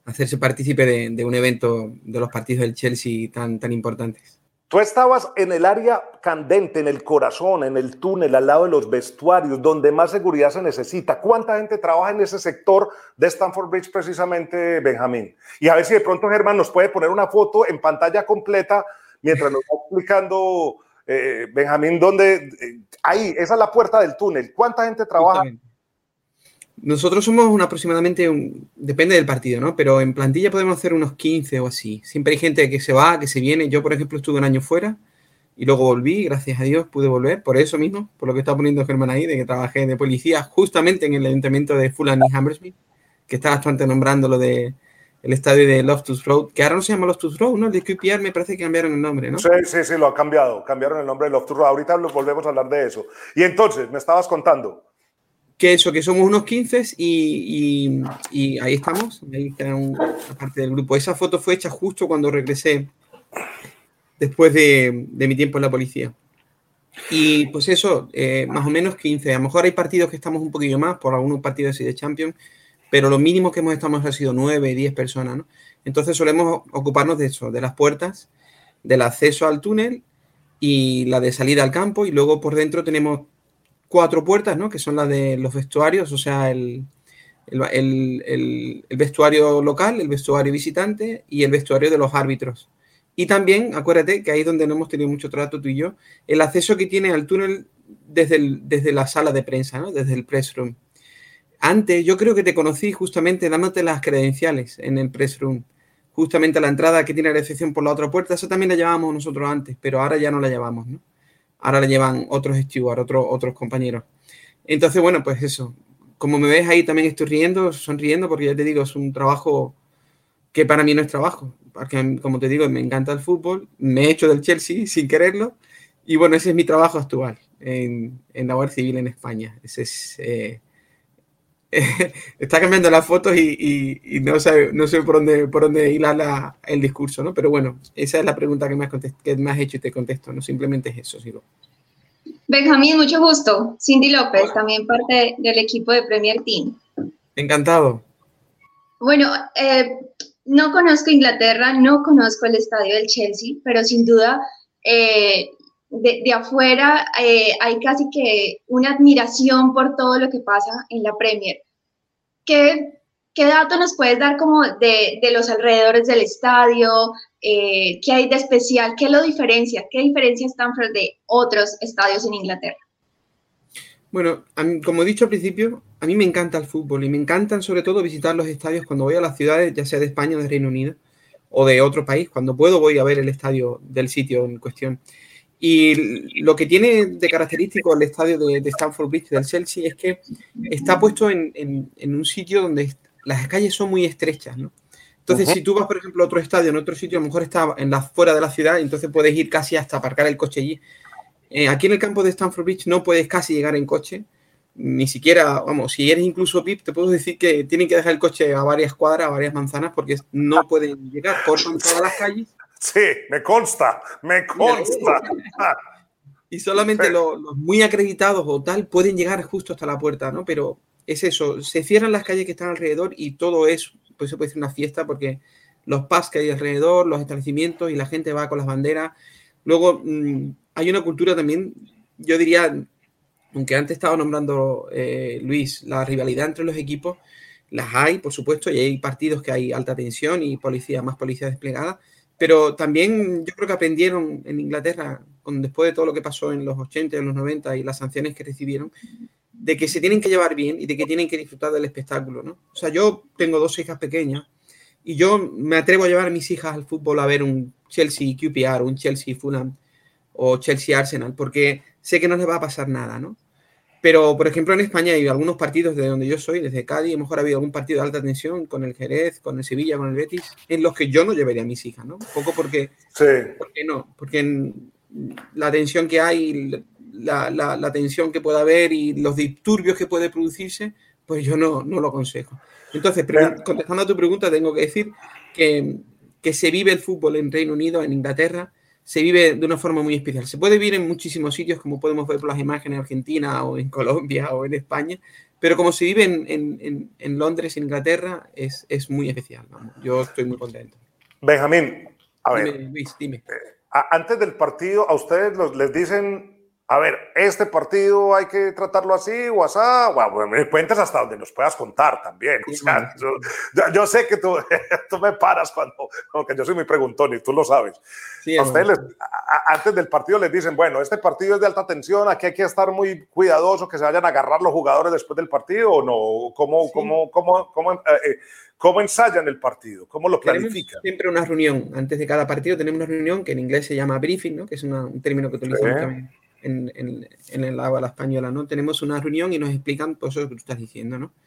hacerse partícipe de, de un evento de los partidos del Chelsea tan, tan importantes. Tú estabas en el área candente, en el corazón, en el túnel, al lado de los vestuarios, donde más seguridad se necesita. ¿Cuánta gente trabaja en ese sector de Stamford Bridge precisamente, Benjamín? Y a ver si de pronto Germán nos puede poner una foto en pantalla completa mientras nos va explicando, eh, Benjamín, dónde... Eh, ahí, esa es la puerta del túnel. ¿Cuánta gente trabaja? Justamente. Nosotros somos un aproximadamente, un, depende del partido, ¿no? Pero en plantilla podemos hacer unos quince o así. Siempre hay gente que se va, que se viene. Yo, por ejemplo, estuve un año fuera y luego volví, gracias a Dios pude volver, por eso mismo, por lo que está poniendo Germán ahí, de que trabajé de policía justamente en el ayuntamiento de Fulham y Hammersmith, que está bastante nombrando lo de el estadio de Loftus Road, que ahora no se llama Loftus Road, ¿no? El de Q P R me parece que cambiaron el nombre, ¿no? Sí, sí, sí, lo han cambiado. Cambiaron el nombre de Loftus Road. Ahorita volvemos a hablar de eso. Y entonces, me estabas contando... Que eso, que somos unos quince y, y, y ahí estamos, ahí queda una parte del grupo. Esa foto fue hecha justo cuando regresé, después de, de mi tiempo en la policía. Y pues eso, eh, más o menos quince. A lo mejor hay partidos que estamos un poquillo más, por algunos partidos así de Champions, pero lo mínimo que hemos estado ha sido nueve, diez personas, ¿no? Entonces solemos ocuparnos de eso, de las puertas, del acceso al túnel y la de salida al campo, y luego por dentro tenemos cuatro puertas, ¿no? Que son las de los vestuarios, o sea, el, el, el, el, el vestuario local, el vestuario visitante y el vestuario de los árbitros. Y también, acuérdate que ahí es donde no hemos tenido mucho trato tú y yo, el acceso que tiene al túnel desde, el, desde la sala de prensa, ¿no? Desde el press room. Antes, yo creo que te conocí justamente dándote las credenciales en el press room. Justamente a la entrada que tiene la recepción por la otra puerta, eso también la llevábamos nosotros antes, pero ahora ya no la llevamos, ¿no? Ahora la llevan otros stewards, otros, otros compañeros. Entonces, bueno, pues eso. Como me ves ahí también estoy riendo, sonriendo, porque ya te digo, es un trabajo que para mí no es trabajo. Porque, como te digo, me encanta el fútbol, me he hecho del Chelsea sin quererlo, y bueno, ese es mi trabajo actual en, en la Guardia Civil en España. Ese es... Eh, está cambiando las fotos y, y, y no sé, no sé por dónde, por dónde hilar la, el discurso, ¿no? Pero bueno, esa es la pregunta que me has, contest, que me has hecho y te contesto, no simplemente es eso, sigo. Benjamín, mucho gusto. Cindy López, hola. También parte del equipo de Premier Team. Encantado. Bueno, eh, no conozco Inglaterra, no conozco el estadio del Chelsea, pero sin duda eh, de, de afuera eh, hay casi que una admiración por todo lo que pasa en la Premier. ¿Qué, qué dato nos puedes dar como de, de los alrededores del estadio? Eh, ¿Qué hay de especial? ¿Qué lo diferencia? ¿Qué diferencia Stamford de otros estadios en Inglaterra? Bueno, a mí, como he dicho al principio, a mí me encanta el fútbol y me encantan sobre todo visitar los estadios cuando voy a las ciudades, ya sea de España o de Reino Unido o de otro país. Cuando puedo voy a ver el estadio del sitio en cuestión. Y lo que tiene de característico el estadio de, de Stamford Bridge del Chelsea es que está puesto en, en, en un sitio donde las calles son muy estrechas, ¿no? Entonces, uh-huh. si tú vas, por ejemplo, a otro estadio, en otro sitio, a lo mejor está en la, fuera de la ciudad, entonces puedes ir casi hasta aparcar el coche allí. Eh, aquí en el campo de Stamford Bridge no puedes casi llegar en coche, ni siquiera, vamos, si eres incluso V I P, te puedo decir que tienen que dejar el coche a varias cuadras, a varias manzanas, porque no pueden llegar, cortan todas las calles. Sí, me consta, me consta. Y solamente los, los muy acreditados o tal pueden llegar justo hasta la puerta, ¿no? Pero es eso, se cierran las calles que están alrededor y todo es, pues se puede decir una fiesta, porque los pubs que hay alrededor, los establecimientos y la gente va con las banderas. Luego mmm, hay una cultura también, yo diría, aunque antes estaba nombrando eh, Luis, la rivalidad entre los equipos, las hay, por supuesto, y hay partidos que hay alta tensión y policía, más policía desplegada. Pero también yo creo que aprendieron en Inglaterra, con, después de todo lo que pasó en los ochenta y en los noventa y las sanciones que recibieron, de que se tienen que llevar bien y de que tienen que disfrutar del espectáculo, ¿no? O sea, yo tengo dos hijas pequeñas y yo me atrevo a llevar a mis hijas al fútbol a ver un Chelsea Q P R, un Chelsea Fulham o Chelsea Arsenal, porque sé que no les va a pasar nada, ¿no? Pero, por ejemplo, en España hay algunos partidos de donde yo soy, desde Cádiz, a lo mejor ha habido algún partido de alta tensión con el Jerez, con el Sevilla, con el Betis, en los que yo no llevaría a mis hijas, ¿no? Un poco porque... Sí. Porque no, porque la tensión que hay, la, la, la tensión que pueda haber y los disturbios que puede producirse, pues yo no, no lo aconsejo. Entonces, contestando a tu pregunta, tengo que decir que, que se vive el fútbol en Reino Unido, en Inglaterra, se vive de una forma muy especial. Se puede vivir en muchísimos sitios, como podemos ver por las imágenes en Argentina o en Colombia o en España, Pero como se vive en, en, en, en Londres, en Inglaterra, es, es muy especial. Vamos. Yo estoy muy contento. Benjamín, a ver. Dime, Luis, dime. Eh, a, antes del partido, a ustedes los, les dicen, a ver, este partido hay que tratarlo así o así, bueno, me cuentas hasta donde nos puedas contar también. Sí, o sea, bueno, yo, yo, yo sé que tú, tú me paras cuando, porque yo soy muy preguntón y tú lo sabes. Sí, a ustedes, les, a, antes del partido les dicen, bueno, este partido es de alta tensión, aquí hay que estar muy cuidadoso, que se vayan a agarrar los jugadores después del partido, ¿o no? ¿Cómo, sí. cómo, cómo, cómo, eh, cómo ensayan el partido? ¿Cómo lo planifican? Tenemos siempre una reunión, antes de cada partido tenemos una reunión que en inglés se llama briefing, ¿no? Que es una, un término que utilizamos sí. también en, en, en el habla española, ¿no? Tenemos una reunión y nos explican pues, eso que tú estás diciendo, ¿no?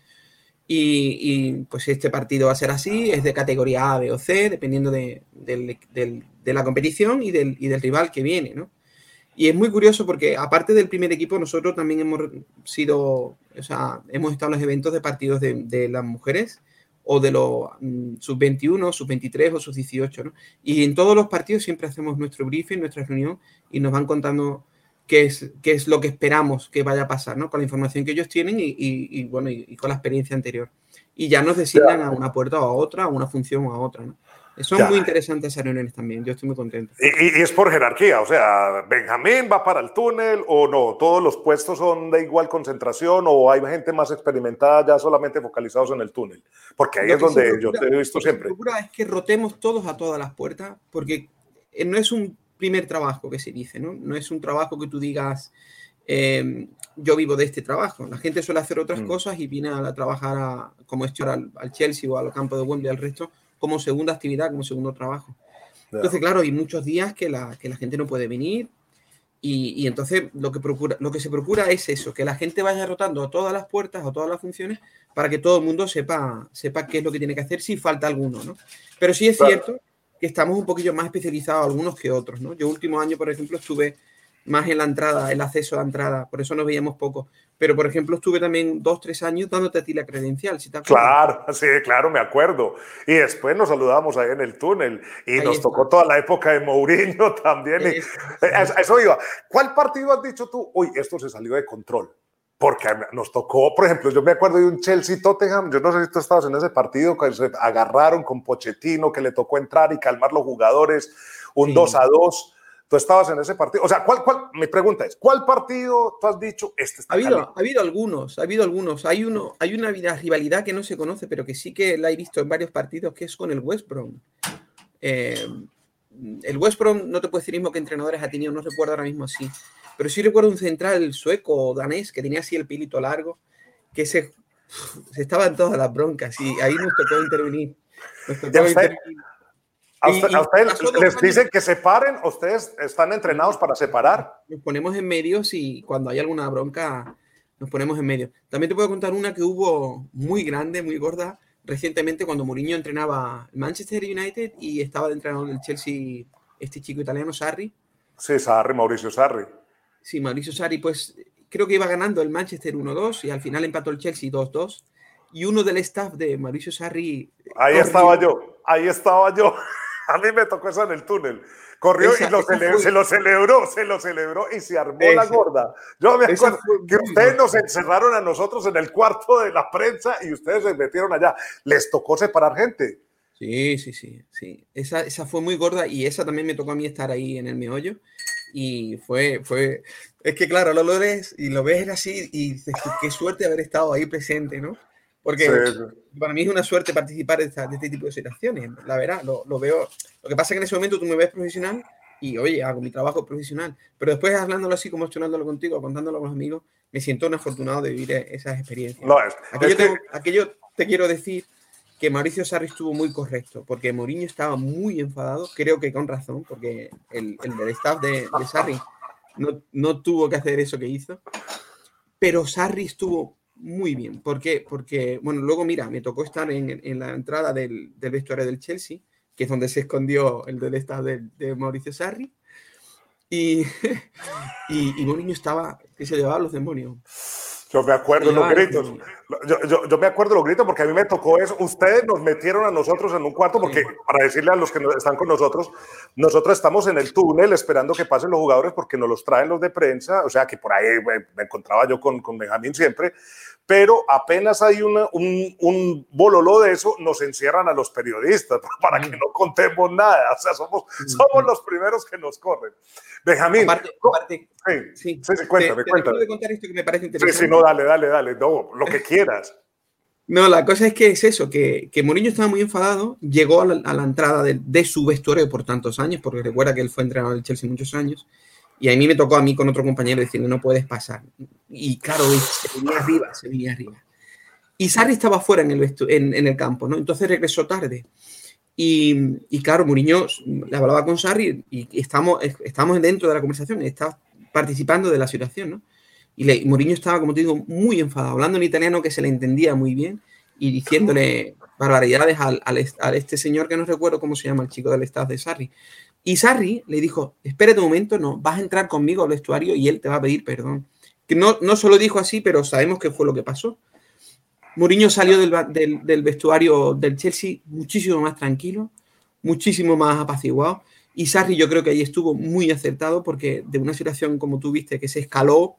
Y, y pues este partido va a ser así, es de categoría A, B o C, dependiendo de, de, de, de la competición y del, y del rival que viene, ¿no? Y es muy curioso porque aparte del primer equipo, nosotros también hemos sido, o sea, hemos estado en los eventos de partidos de, de las mujeres o de los um, sub veintiuno, sub veintitrés o sub dieciocho, ¿no? Y en todos los partidos siempre hacemos nuestro briefing, nuestra reunión y nos van contando qué es, qué es lo que esperamos que vaya a pasar, ¿no? Con la información que ellos tienen y, y, y bueno, y, y con la experiencia anterior. Y ya nos designan a una puerta o a otra, a una función o a otra, ¿no? Son ya. muy interesantes esas reuniones también, yo estoy muy contento. Y, y es por jerarquía, o sea, ¿Benjamín va para el túnel o no? ¿Todos los puestos son de igual concentración o hay gente más experimentada ya solamente focalizados en el túnel? Porque ahí lo es donde procura, yo te he visto lo siempre. Lo que se procura es que rotemos todos a todas las puertas, porque no es un primer trabajo que se dice, ¿no? No es un trabajo que tú digas, eh, yo vivo de este trabajo. La gente suele hacer otras mm. cosas y viene a, a trabajar a, como hecho al, al Chelsea o al campo de Wembley, al resto, como segunda actividad, como segundo trabajo. Yeah. Entonces, claro, hay muchos días que la, que la gente no puede venir y, y entonces lo que, procura, lo que se procura es eso, que la gente vaya rotando a todas las puertas o todas las funciones para que todo el mundo sepa, sepa qué es lo que tiene que hacer si falta alguno, ¿no? Pero sí es claro. cierto que estamos un poquillo más especializados algunos que otros, ¿no? Yo último año, por ejemplo, estuve más en la entrada, el acceso a la entrada, por eso nos veíamos poco. Pero, por ejemplo, estuve también dos, tres años dándote a ti la credencial, si te acuerdas. Claro, sí, claro, me acuerdo. Y después nos saludamos ahí en el túnel y ahí nos está. Tocó toda la época de Mourinho también. Y, eso, eso iba. ¿Cuál partido has dicho tú? Uy, esto se salió de control. Porque nos tocó, por ejemplo, yo me acuerdo de un Chelsea-Tottenham, yo no sé si tú estabas en ese partido, que se agarraron con Pochettino, que le tocó entrar y calmar los jugadores, un sí. dos a dos. Tú estabas en ese partido. O sea, ¿cuál, cuál? Mi pregunta es, ¿cuál partido tú has dicho este está ha habido, ha habido algunos, ha habido algunos. Hay, uno, hay una rivalidad que no se conoce, pero que sí que la he visto en varios partidos, que es con el West Brom. Eh, el West Brom, no te puedo decir mismo qué entrenadores ha tenido, no recuerdo ahora mismo así. Pero sí recuerdo un central sueco o danés que tenía así el pilito largo, que se, se estaba en todas las broncas y ahí nos tocó intervenir. Nos tocó intervenir. ¿A, usted, y, a ustedes les años, dicen que separen? ¿Ustedes están entrenados para separar? Nos ponemos en medio y cuando hay alguna bronca nos ponemos en medio. También te puedo contar una que hubo muy grande, muy gorda, recientemente cuando Mourinho entrenaba Manchester United y estaba de entrenador del Chelsea este chico italiano, Sarri. Sí, Sarri, Mauricio Sarri. Sí, Mauricio Sarri, pues creo que iba ganando el Manchester uno dos y al final empató el Chelsea dos dos. Y uno del staff de Mauricio Sarri... Ahí corrió. estaba yo, ahí estaba yo. A mí me tocó eso en el túnel. Corrió esa, y lo cele fue... se lo celebró, se lo celebró y se armó esa, la gorda. Yo me acuerdo que ustedes nos encerraron a nosotros en el cuarto de la prensa y ustedes se metieron allá. Les tocó separar gente. Sí, sí, sí. sí. Esa, esa fue muy gorda y esa también me tocó a mí estar ahí en el meollo. Y fue, fue, es que claro, lo, lo ves y lo ves así y dices, qué suerte haber estado ahí presente, ¿no? Porque sí, sí. para mí es una suerte participar de, esta, de este tipo de situaciones, la verdad, lo, lo veo. Lo que pasa es que en ese momento tú me ves profesional y, oye, hago mi trabajo profesional, pero después hablándolo así, como estudiándolo contigo, contándolo con los amigos, me siento un afortunado de vivir esas experiencias. No, es, aquello, es que... tengo, aquello te quiero decir que Mauricio Sarri estuvo muy correcto, porque Mourinho estaba muy enfadado, creo que con razón, porque el, el del staff de, de Sarri no, no tuvo que hacer eso que hizo, pero Sarri estuvo muy bien. ¿Por qué? Porque, bueno, luego mira, me tocó estar en, en la entrada del, del vestuario del Chelsea, que es donde se escondió el del staff de, de Mauricio Sarri, y, y, y Mourinho estaba, que se llevaba los demonios. Yo me acuerdo los gritos. Yo, yo, yo me acuerdo los gritos porque a mí me tocó eso. Ustedes nos metieron a nosotros en un cuarto porque, para decirle a los que están con nosotros, nosotros estamos en el túnel esperando que pasen los jugadores porque nos los traen los de prensa. O sea, que por ahí me, me encontraba yo con, con Benjamín siempre. Pero apenas hay una, un, un bololo de eso, nos encierran a los periodistas para que no contemos nada. O sea, somos, somos los primeros que nos corren. Benjamín. Aparte, aparte, sí, sí, sí, sí, cuéntame, te, cuéntame. Te contar esto que me parece interesante. Sí, sí, no, dale, dale, dale. No, lo que quieras. No, la cosa es que es eso, que, que Mourinho estaba muy enfadado, llegó a la, a la entrada de, de su vestuario por tantos años, porque recuerda que él fue entrenador del Chelsea muchos años, y a mí me tocó a mí con otro compañero decirle, no puedes pasar. Y claro, se venía arriba, se venía arriba. Y Sarri estaba fuera en el, vestu en, en el campo, ¿no? Entonces regresó tarde. Y, y claro, Mourinho le hablaba con Sarri y estamos, estamos dentro de la conversación, está participando de la situación, ¿no? Y, le, y Mourinho estaba, como te digo, muy enfadado, hablando en italiano que se le entendía muy bien y diciéndole barbaridades al, al, a este señor que no recuerdo cómo se llama, el chico del staff de Sarri. Y Sarri le dijo, espérate un momento, no, vas a entrar conmigo al vestuario y él te va a pedir perdón. Que no, no se lo dijo así, pero sabemos qué fue lo que pasó. Mourinho salió del, del, del vestuario del Chelsea muchísimo más tranquilo, muchísimo más apaciguado. Y Sarri yo creo que ahí estuvo muy acertado porque de una situación, como tú viste, que se escaló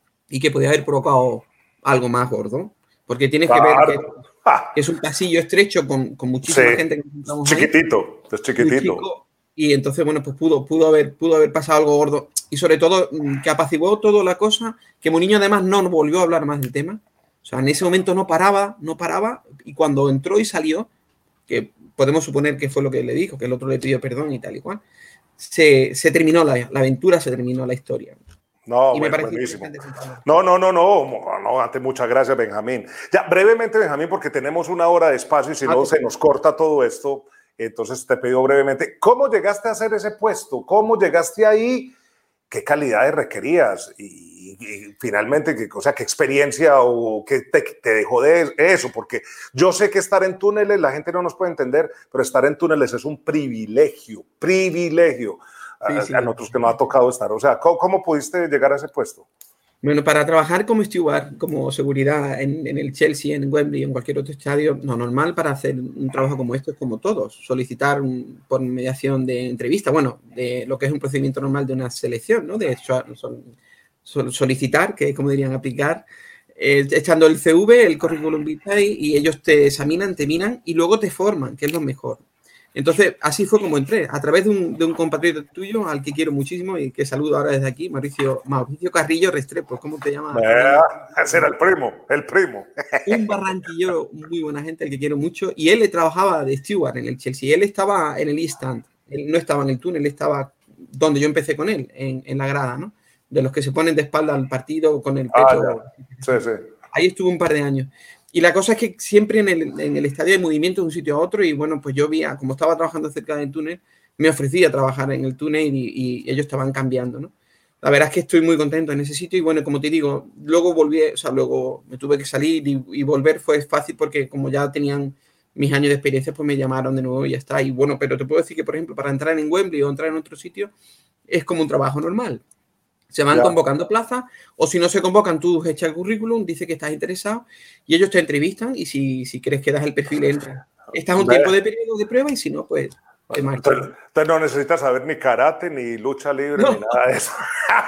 y que podía haber provocado algo más gordo. Porque tienes claro. que ver que, que es un pasillo estrecho con, con muchísima sí. gente que encontramos chiquitito, ahí, es chiquitito. Chico, y entonces, bueno, pues pudo, pudo, haber, pudo haber pasado algo gordo. Y sobre todo, que apaciguó toda la cosa, que Mourinho además no volvió a hablar más del tema. O sea, en ese momento no paraba, no paraba, y cuando entró y salió, que podemos suponer que fue lo que le dijo, que el otro le pidió perdón y tal y cual, se, se terminó la, la aventura, se terminó la historia. No, y bueno, me buenísimo. No, no, no, no, no, antes muchas gracias, Benjamín. Ya, brevemente, Benjamín, porque tenemos una hora de espacio y si ah, no, sí. se nos corta todo esto. Entonces te pido brevemente, ¿cómo llegaste a hacer ese puesto? ¿Cómo llegaste ahí? ¿Qué calidades requerías? Y, y, y finalmente, ¿qué, o sea, ¿qué experiencia o qué te, te dejó de eso? Porque yo sé que estar en túneles, la gente no nos puede entender, pero estar en túneles es un privilegio, privilegio. Sí, a, sí, a nosotros que nos ha tocado estar. O sea, ¿cómo, cómo pudiste llegar a ese puesto? Bueno, para trabajar como steward, como seguridad en, en el Chelsea, en Wembley, en cualquier otro estadio, no, normal para hacer un trabajo como este es como todos, solicitar un, por mediación de entrevista, bueno, de lo que es un procedimiento normal de una selección, ¿no? De hecho, son, son, solicitar, que es como dirían aplicar, eh, echando el C V, el currículum vitae, y ellos te examinan, te miran y luego te forman, que es lo mejor. Entonces, así fue como entré, a través de un, de un compatriota tuyo, al que quiero muchísimo y que saludo ahora desde aquí, Mauricio, Mauricio Carrillo Restrepo, ¿cómo te llamas? Eh, ese era el primo, el primo. Un barranquillero, muy buena gente, al que quiero mucho, y él le trabajaba de steward en el Chelsea, él estaba en el East Stand, él no estaba en el túnel, él estaba donde yo empecé con él, en, en la grada, ¿no? De los que se ponen de espalda al partido con el pecho. Ah, sí, sí. Ahí estuve un par de años. Y la cosa es que siempre en el, en el estadio hay movimiento de un sitio a otro y bueno, pues yo vi, como estaba trabajando cerca del túnel, me ofrecí a trabajar en el túnel y, y ellos estaban cambiando, ¿no? La verdad es que estoy muy contento en ese sitio y bueno, como te digo, luego volví, o sea, luego me tuve que salir y, y volver fue fácil porque como ya tenían mis años de experiencia, pues me llamaron de nuevo y ya está. Y bueno, pero te puedo decir que, por ejemplo, para entrar en Wembley o entrar en otro sitio es como un trabajo normal. Se van yeah. convocando plazas, o si no se convocan, tú echas el currículum, dices que estás interesado y ellos te entrevistan y si, si crees que das el perfil, entras. Estás un tiempo de periodo de prueba y si no, pues te marchas. Entonces no necesitas saber ni karate, ni lucha libre, no. ni nada de eso.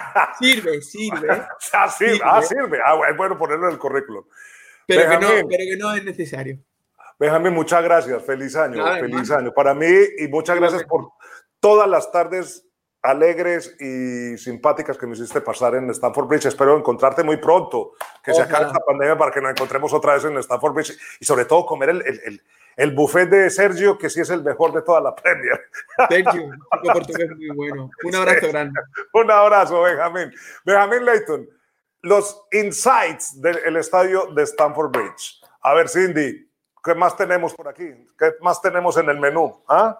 Sirve, sirve. ah, sirve. sirve. Ah, sirve. Ah, es bueno ponerlo en el currículum. Pero que, no, pero que no es necesario. Benjamín, muchas gracias. Feliz año. Nada, feliz hermano. año. Para mí, y muchas gracias por todas las tardes alegres y simpáticas que me hiciste pasar en Stamford Bridge. Espero encontrarte muy pronto, que Ojalá. se acabe esta pandemia para que nos encontremos otra vez en Stamford Bridge y sobre todo comer el, el, el, el buffet de Sergio, que sí es el mejor de toda la Premier. Sergio, un chico portugués muy bueno. Un abrazo sí. grande. Un abrazo, Benjamín. Benjamín Leighton, los insights del estadio de Stamford Bridge. A ver, Cindy, ¿qué más tenemos por aquí? ¿Qué más tenemos en el menú? ¿Ah?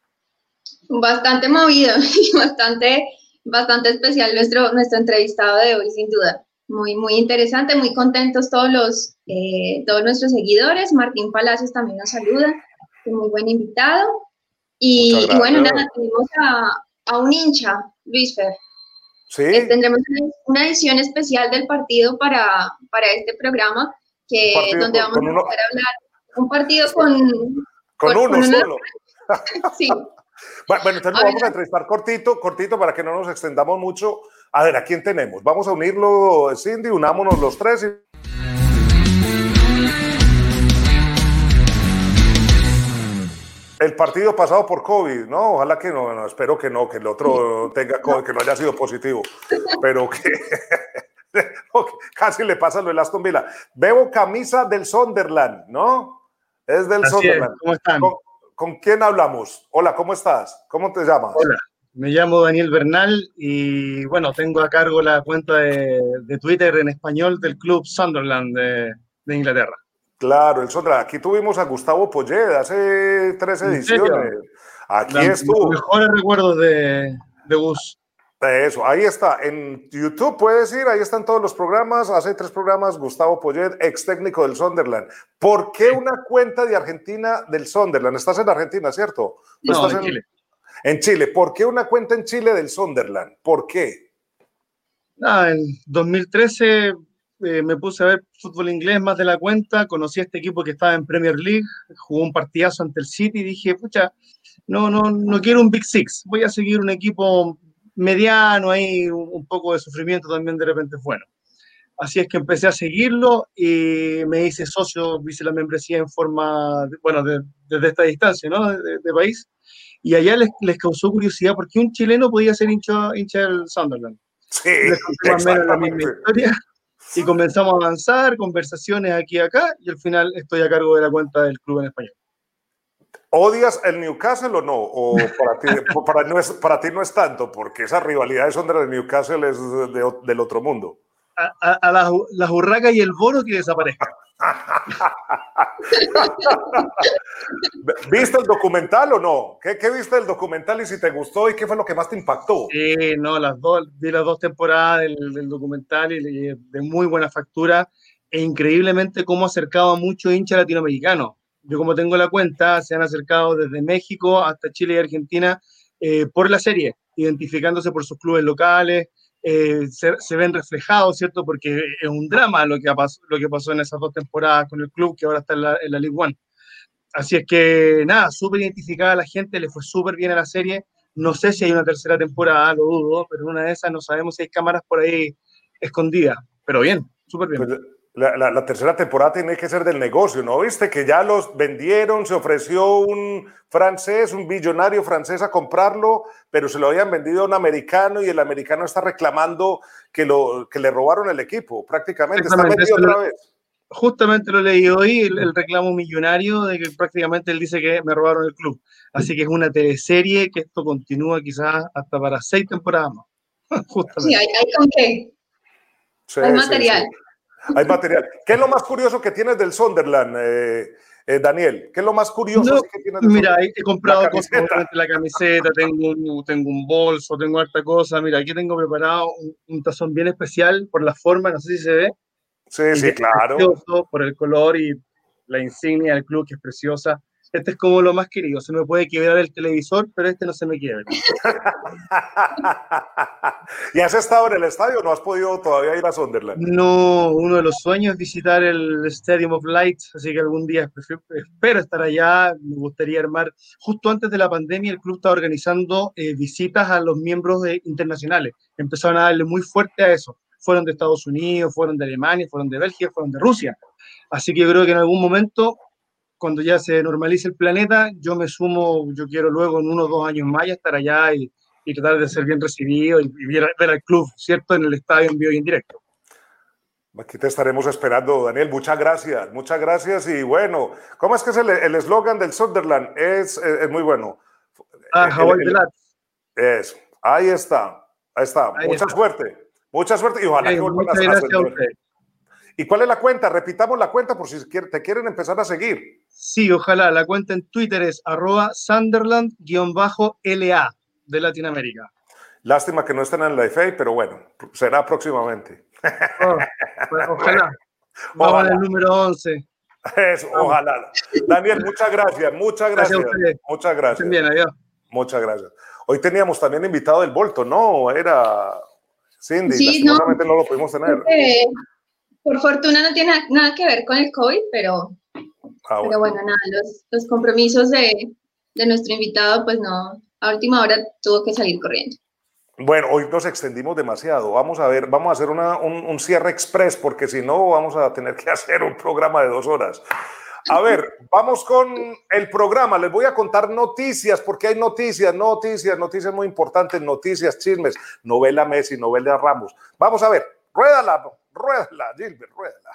Bastante movido y bastante, bastante especial nuestro, nuestro entrevistado de hoy, sin duda. Muy, muy interesante, muy contentos todos los, eh, todos nuestros seguidores. Martín Palacios también nos saluda, un muy buen invitado. Y, y bueno, nada, tenemos a, a un hincha, Luis Fer. Sí. Eh, tendremos una, una edición especial del partido para, para este programa, que, donde con, vamos con a uno, hablar un partido con... Con, con uno con solo. Sí. Bueno, bueno, entonces lo vamos a entrevistar cortito, cortito, para que no nos extendamos mucho. A ver, ¿a quién tenemos? Vamos a unirlo, Cindy, unámonos los tres y... El partido pasado por COVID, ¿no? Ojalá que no, no, espero que no, que el otro tenga COVID, que no haya sido positivo, pero que casi le pasa lo del Aston Villa. Veo camisa del Sunderland, ¿no? Es del Así Sunderland. Es. ¿Cómo están? ¿Con, ¿Con quién hablamos? Hola, ¿cómo estás? ¿Cómo te llamas? Hola, me llamo Daniel Bernal y bueno, tengo a cargo la cuenta de, de Twitter en español del club Sunderland de, de Inglaterra. Claro, el Sunderland. Aquí tuvimos a Gustavo Poyet hace tres ediciones. Aquí la, estuvo. Los mejores recuerdos de, de Gus. Eso, ahí está. En YouTube puedes ir, ahí están todos los programas. Hace tres programas, Gustavo Poyet, ex técnico del Sunderland. ¿Por qué una cuenta de Argentina del Sunderland? Estás en Argentina, ¿cierto? No, estás en en Chile. En Chile. ¿Por qué una cuenta en Chile del Sunderland? ¿Por qué? Ah, en dos mil trece eh, me puse a ver fútbol inglés más de la cuenta, conocí a este equipo que estaba en Premier League, jugó un partidazo ante el City y dije, pucha, no, no, no quiero un Big Six, voy a seguir un equipo mediano ahí, un, un poco de sufrimiento también de repente es bueno. Así es que empecé a seguirlo y me hice socio, hice la membresía en forma, bueno, de, desde esta distancia, ¿no? De, de, de país. Y allá les, les causó curiosidad por qué un chileno podía ser hincha, hincha del Sunderland. Sí, les conté más o menos la misma historia y comenzamos a avanzar, conversaciones aquí y acá, y al final estoy a cargo de la cuenta del club en español. ¿Odias el Newcastle o no? ¿O para ti, para, no es, para ti no es tanto? Porque esas rivalidades son de las Newcastle, es de, de, del otro mundo. A, a, a las la urracas y el bono que desaparezcan. ¿Viste el documental o no? ¿Qué, ¿Qué viste del documental y si te gustó y qué fue lo que más te impactó? Sí, no, las dos, vi las dos temporadas del, del documental y de muy buena factura e increíblemente cómo ha acercado a muchos hinchas latinoamericanos. Yo como tengo la cuenta, se han acercado desde México hasta Chile y Argentina eh, por la serie, identificándose por sus clubes locales. Eh, se, se ven reflejados, ¿cierto? Porque es un drama lo que, pasó, lo que pasó en esas dos temporadas con el club que ahora está en la, en la League One. Así es que, nada, súper identificada a la gente, le fue súper bien a la serie. No sé si hay una tercera temporada, lo dudo, pero en una de esas no sabemos si hay cámaras por ahí escondidas. Pero bien, súper bien. Pues la, la, la tercera temporada tiene que ser del negocio, ¿no? ¿Viste? Que ya los vendieron, se ofreció un francés, un billonario francés a comprarlo, pero se lo habían vendido a un americano y el americano está reclamando que, lo, que le robaron el equipo, prácticamente. Está vendido otra lo, vez. Justamente lo leí hoy, el, el reclamo millonario de que prácticamente él dice que me robaron el club. Así que es una teleserie que esto continúa quizás hasta para seis temporadas más. Justamente. Sí, hay, hay con qué. Sí, hay sí, material. Sí. Hay material. ¿Qué es lo más curioso que tienes del Sunderland, eh, eh, Daniel? ¿Qué es lo más curioso no, que tienes del Mira, Sunderland? he comprado la cosas, obviamente la camiseta, tengo un, tengo un bolso, tengo harta cosa. Mira, aquí tengo preparado un, un tazón bien especial por la forma, no sé si se ve. Sí, sí, claro. Precioso por el color y la insignia del club, que es preciosa. Este es como lo más querido. Se me puede quebrar el televisor, pero este no se me quiebra. ¿Y has estado en el estadio o no has podido todavía ir a Sunderland? No, uno de los sueños es visitar el Stadium of Light, así que algún día espero estar allá. Me gustaría armar, justo antes de la pandemia, el club estaba organizando eh, visitas a los miembros de, internacionales. Empezaron a darle muy fuerte a eso. Fueron de Estados Unidos, fueron de Alemania, fueron de Bélgica, fueron de Rusia. Así que yo creo que en algún momento, cuando ya se normalice el planeta, yo me sumo, yo quiero luego en unos o dos años más ya estar allá y, y tratar de ser bien recibido y, y ver, ver al club, ¿cierto? En el estadio en vivo y en directo. Aquí te estaremos esperando, Daniel. Muchas gracias, muchas gracias. Y bueno, ¿cómo es que es el eslogan del Sunderland? Es, es, es muy bueno. Ah, Hawaii the Lads. Es, ahí está, ahí está. Ahí Mucha está. suerte, mucha suerte y ojalá Sí, que vuelvan muchas a gracias a usted. ¿Y cuál es la cuenta? Repitamos la cuenta por si te quieren empezar a seguir. Sí, ojalá. La cuenta en Twitter es arroba Sunderland-L A de Latinoamérica. Lástima que no estén en la F A, pero bueno, será próximamente. Oh, pues, ojalá. Vamos Ojalá. al número once. Eso, ojalá. Daniel, muchas gracias, muchas gracias. Gracias a muchas gracias. Bien, adiós. Muchas gracias. Hoy teníamos también invitado del Bolton, ¿no? Era Cindy, Sí, lastimosamente no, no lo pudimos tener. eh, por fortuna no tiene nada que ver con el COVID, pero, Ah, pero bueno. bueno, nada, los, los compromisos de, de nuestro invitado, pues no, a última hora tuvo que salir corriendo. Bueno, hoy nos extendimos demasiado. Vamos a ver, vamos a hacer una, un, un cierre express, porque si no vamos a tener que hacer un programa de dos horas. A ver, vamos con el programa. Les voy a contar noticias, porque hay noticias, noticias, noticias muy importantes, noticias, chismes, novela Messi, novela Ramos. Vamos a ver, ruédala, ruédala, Gilbert, ruédala.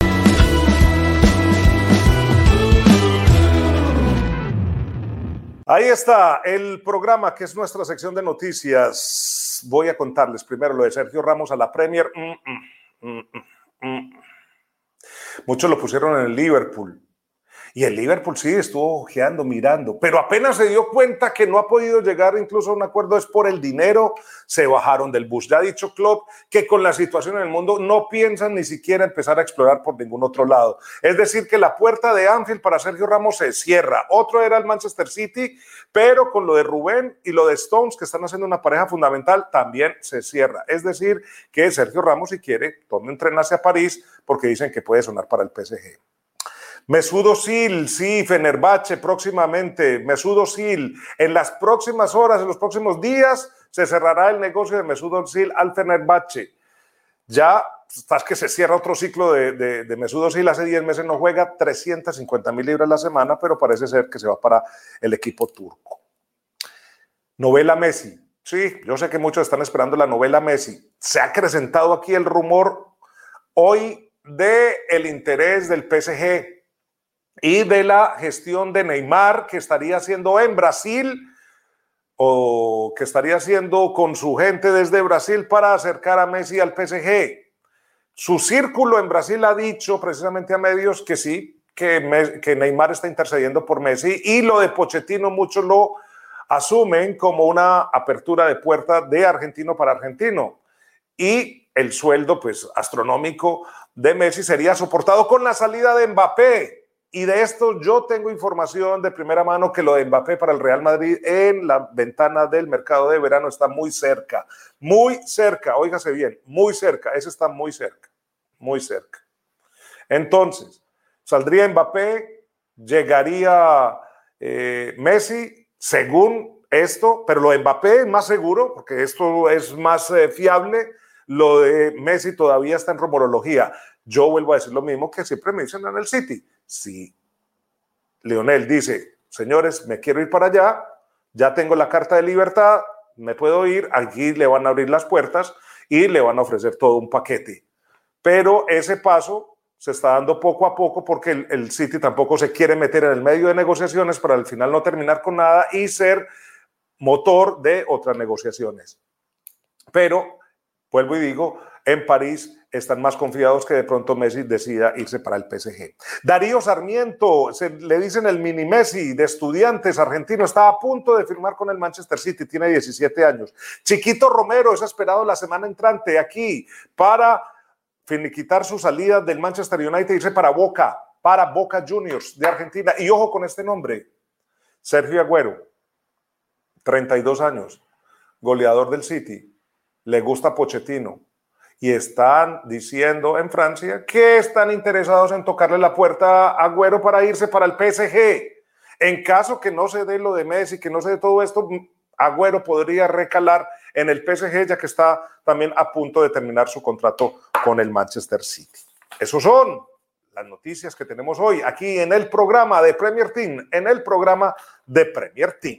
Ahí está el programa, que es nuestra sección de noticias. Voy a contarles primero lo de Sergio Ramos a la Premier. Mm, mm, mm, mm, mm. Muchos lo pusieron en el Liverpool. Y el Liverpool sí estuvo ojeando, mirando, pero apenas se dio cuenta que no ha podido llegar incluso a un acuerdo, es por el dinero, se bajaron del bus. Ya ha dicho Klopp que con la situación en el mundo no piensan ni siquiera empezar a explorar por ningún otro lado. Es decir, que la puerta de Anfield para Sergio Ramos se cierra. Otro era el Manchester City, pero con lo de Rubén y lo de Stones, que están haciendo una pareja fundamental, también se cierra. Es decir, que Sergio Ramos, si quiere, tome un tren hacia París, porque dicen que puede sonar para el P S G. Mesut Özil, sí, Fenerbahce próximamente, Mesut Özil, en las próximas horas, en los próximos días, se cerrará el negocio de Mesut Özil al Fenerbahce. Ya, estás que se cierra otro ciclo de, de, de Mesut Özil, hace diez meses no juega, trescientas cincuenta mil libras la semana, pero parece ser que se va para el equipo turco. Novela Messi, sí, yo sé que muchos están esperando la novela Messi. Se ha acrecentado aquí el rumor hoy del interés del P S G y de la gestión de Neymar, que estaría haciendo en Brasil o que estaría haciendo con su gente desde Brasil para acercar a Messi al P S G. Su círculo en Brasil ha dicho precisamente a medios que sí, que, me, que Neymar está intercediendo por Messi, y lo de Pochettino muchos lo asumen como una apertura de puerta de argentino para argentino. Y el sueldo, pues, astronómico de Messi sería soportado con la salida de Mbappé. Y de esto yo tengo información de primera mano, que lo de Mbappé para el Real Madrid en la ventana del mercado de verano está muy cerca, muy cerca, óigase bien, muy cerca, ese está muy cerca, muy cerca. Entonces, saldría Mbappé, llegaría eh, Messi, según esto, pero lo de Mbappé es más seguro, porque esto es más eh, fiable. Lo de Messi todavía está en rumorología. Yo vuelvo a decir lo mismo que siempre me dicen en el City. Si Lionel dice, señores, me quiero ir para allá, ya tengo la carta de libertad, me puedo ir, aquí le van a abrir las puertas y le van a ofrecer todo un paquete. Pero ese paso se está dando poco a poco, porque el, el City tampoco se quiere meter en el medio de negociaciones para al final no terminar con nada y ser motor de otras negociaciones. Pero, vuelvo y digo, en París están más confiados que de pronto Messi decida irse para el P S G. Darío Sarmiento, se, le dicen el mini Messi de Estudiantes argentino, está a punto de firmar con el Manchester City, tiene diecisiete años. Chiquito Romero es esperado la semana entrante aquí para finiquitar su salida del Manchester United e irse para Boca, para Boca Juniors de Argentina. Y ojo con este nombre, Sergio Agüero, treinta y dos años, goleador del City, le gusta Pochettino. Y están diciendo en Francia que están interesados en tocarle la puerta a Agüero para irse para el P S G. En caso que no se dé lo de Messi, que no se dé todo esto, Agüero podría recalar en el P S G, ya que está también a punto de terminar su contrato con el Manchester City. Esos son las noticias que tenemos hoy aquí en el programa de Premier Team, en el programa de Premier Team.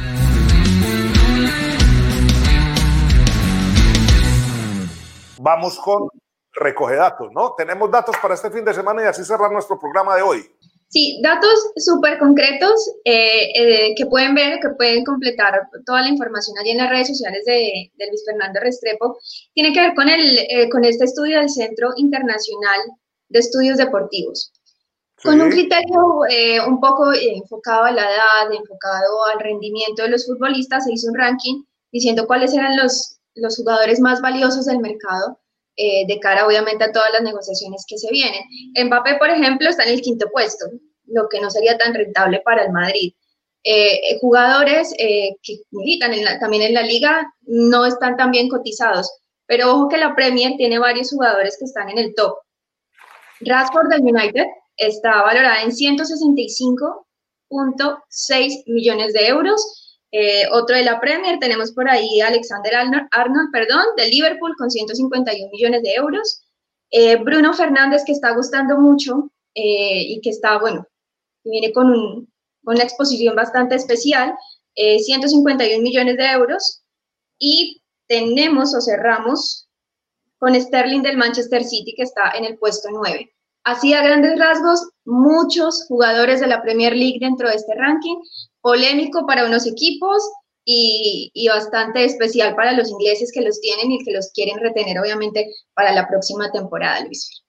Vamos con recoge datos, ¿no? Tenemos datos para este fin de semana y así cerrar nuestro programa de hoy. Sí, datos súper concretos eh, eh, que pueden ver, que pueden completar toda la información allí en las redes sociales de, de Luis Fernando Restrepo. Tiene que ver con, el, eh, con este estudio del Centro Internacional de Estudios Deportivos. Sí. Con un criterio eh, un poco eh, enfocado a la edad, enfocado al rendimiento de los futbolistas, se hizo un ranking diciendo cuáles eran los los jugadores más valiosos del mercado eh, de cara obviamente a todas las negociaciones que se vienen. Mbappé, por ejemplo, está en el quinto puesto, lo que no sería tan rentable para el Madrid. Eh, jugadores eh, que militan en la, también en la liga no están tan bien cotizados. pero ojo que la Premier tiene varios jugadores que están en el top. Rashford del United está valorada en ciento sesenta y cinco punto seis millones de euros. Eh, otro de la Premier, tenemos por ahí a Alexander Arnold, perdón, del Liverpool con ciento cincuenta y un millones de euros. Eh, Bruno Fernández, que está gustando mucho eh, y que está, bueno, viene con, un, con una exposición bastante especial, eh, ciento cincuenta y un millones de euros. Y tenemos o cerramos con Sterling del Manchester City, que está en el puesto nueve. Así a grandes rasgos, muchos jugadores de la Premier League dentro de este ranking, polémico para unos equipos y, y bastante especial para los ingleses que los tienen y que los quieren retener, obviamente, para la próxima temporada, Luis.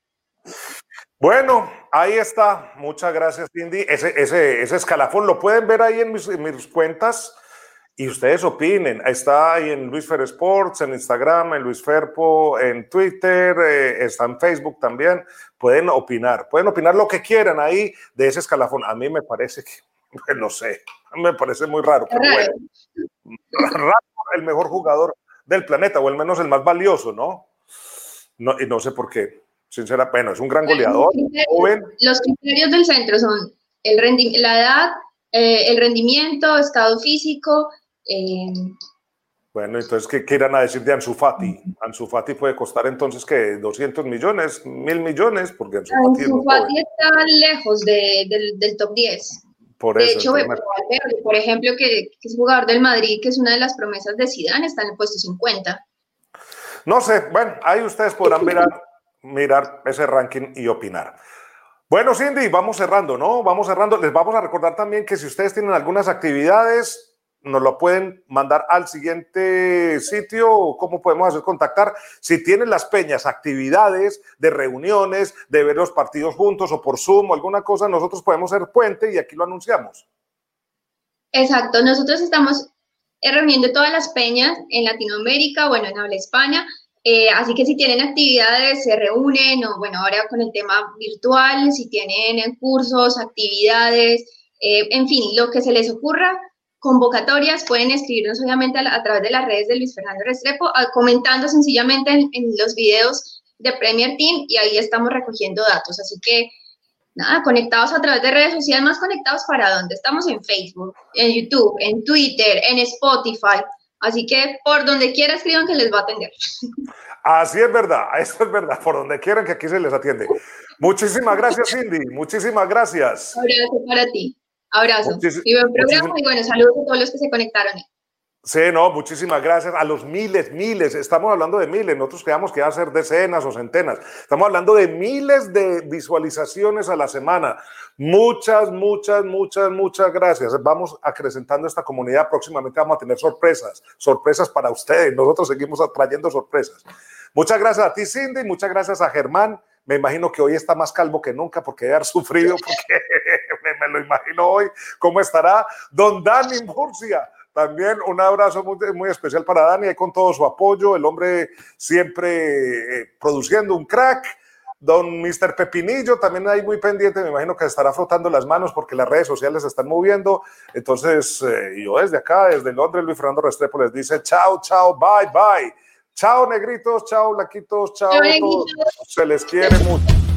Bueno, ahí está. Muchas gracias, Cindy. Ese, ese, ese escalafón lo pueden ver ahí en mis, en mis cuentas y ustedes opinen. Está ahí en Luis Fer Sports, en Instagram, en Luis Ferpo, en Twitter, eh, está en Facebook también. Pueden opinar, pueden opinar lo que quieran ahí de ese escalafón. A mí me parece que, no sé, me parece muy raro. Pero bueno, raro, el mejor jugador del planeta, o al menos el más valioso, ¿no? No, y no sé por qué. Sinceramente, bueno, es un gran goleador. Joven. Los criterios del centro son el rendi- la edad, eh, el rendimiento, estado físico. Eh... Bueno, entonces, ¿qué, ¿qué irán a decir de Ansu Fati? Ansu Fati puede costar entonces, ¿qué? ¿doscientos millones? ¿Mil millones? Porque Ansu Fati, Ansu Fati está lejos de, del, del top diez. Por de eso, hecho, Valverde, por ejemplo, que, que es jugador del Madrid, que es una de las promesas de Zidane, está en el puesto cincuenta. No sé, bueno, ahí ustedes podrán mirar, mirar ese ranking y opinar. Bueno, Cindy, vamos cerrando, ¿no? Vamos cerrando. Les vamos a recordar también que si ustedes tienen algunas actividades, nos lo pueden mandar al siguiente sitio. ¿Cómo podemos hacer contactar? Si tienen las peñas, actividades de reuniones, de ver los partidos juntos o por Zoom o alguna cosa, nosotros podemos ser puente y aquí lo anunciamos. Exacto, nosotros estamos reuniendo todas las peñas en Latinoamérica, bueno, en habla hispana, eh, así que si tienen actividades, se reúnen, o bueno, ahora con el tema virtual, si tienen cursos, actividades, eh, en fin, lo que se les ocurra, convocatorias, pueden escribirnos obviamente a, la, a través de las redes de Luis Fernando Restrepo, a, comentando sencillamente en, en los videos de Premier Team y ahí estamos recogiendo datos. Así que, nada, conectados a través de redes sociales, más conectados para dónde. Estamos en Facebook, en YouTube, en Twitter, en Spotify. Así que por donde quiera escriban que les va a atender. Así es verdad, eso es verdad, por donde quieran que aquí se les atiende. Muchísimas gracias, Cindy, muchísimas gracias. Un abrazo para ti. Abrazo. Muchis y buen programa y bueno, saludos a todos los que se conectaron. Sí, no, muchísimas gracias a los miles, miles, estamos hablando de miles, nosotros creamos que iba a ser decenas o centenas, estamos hablando de miles de visualizaciones a la semana. Muchas, muchas, muchas, muchas gracias. Vamos acrecentando esta comunidad, próximamente vamos a tener sorpresas, sorpresas para ustedes, nosotros seguimos trayendo sorpresas. Muchas gracias a ti, Cindy, muchas gracias a Germán. Me imagino que hoy está más calvo que nunca porque debe haber sufrido, porque me, me lo imagino hoy. ¿Cómo estará? Don Dani Murcia, también un abrazo muy, muy especial para Dani, ahí con todo su apoyo, el hombre siempre eh, produciendo un crack. Don mister Pepinillo, también ahí muy pendiente, me imagino que estará frotando las manos porque las redes sociales se están moviendo. Entonces, eh, yo desde acá, desde Londres, Luis Fernando Restrepo les dice chao, chao, bye, bye. Chao, negritos, chao, laquitos, chao, todos. Se les quiere mucho.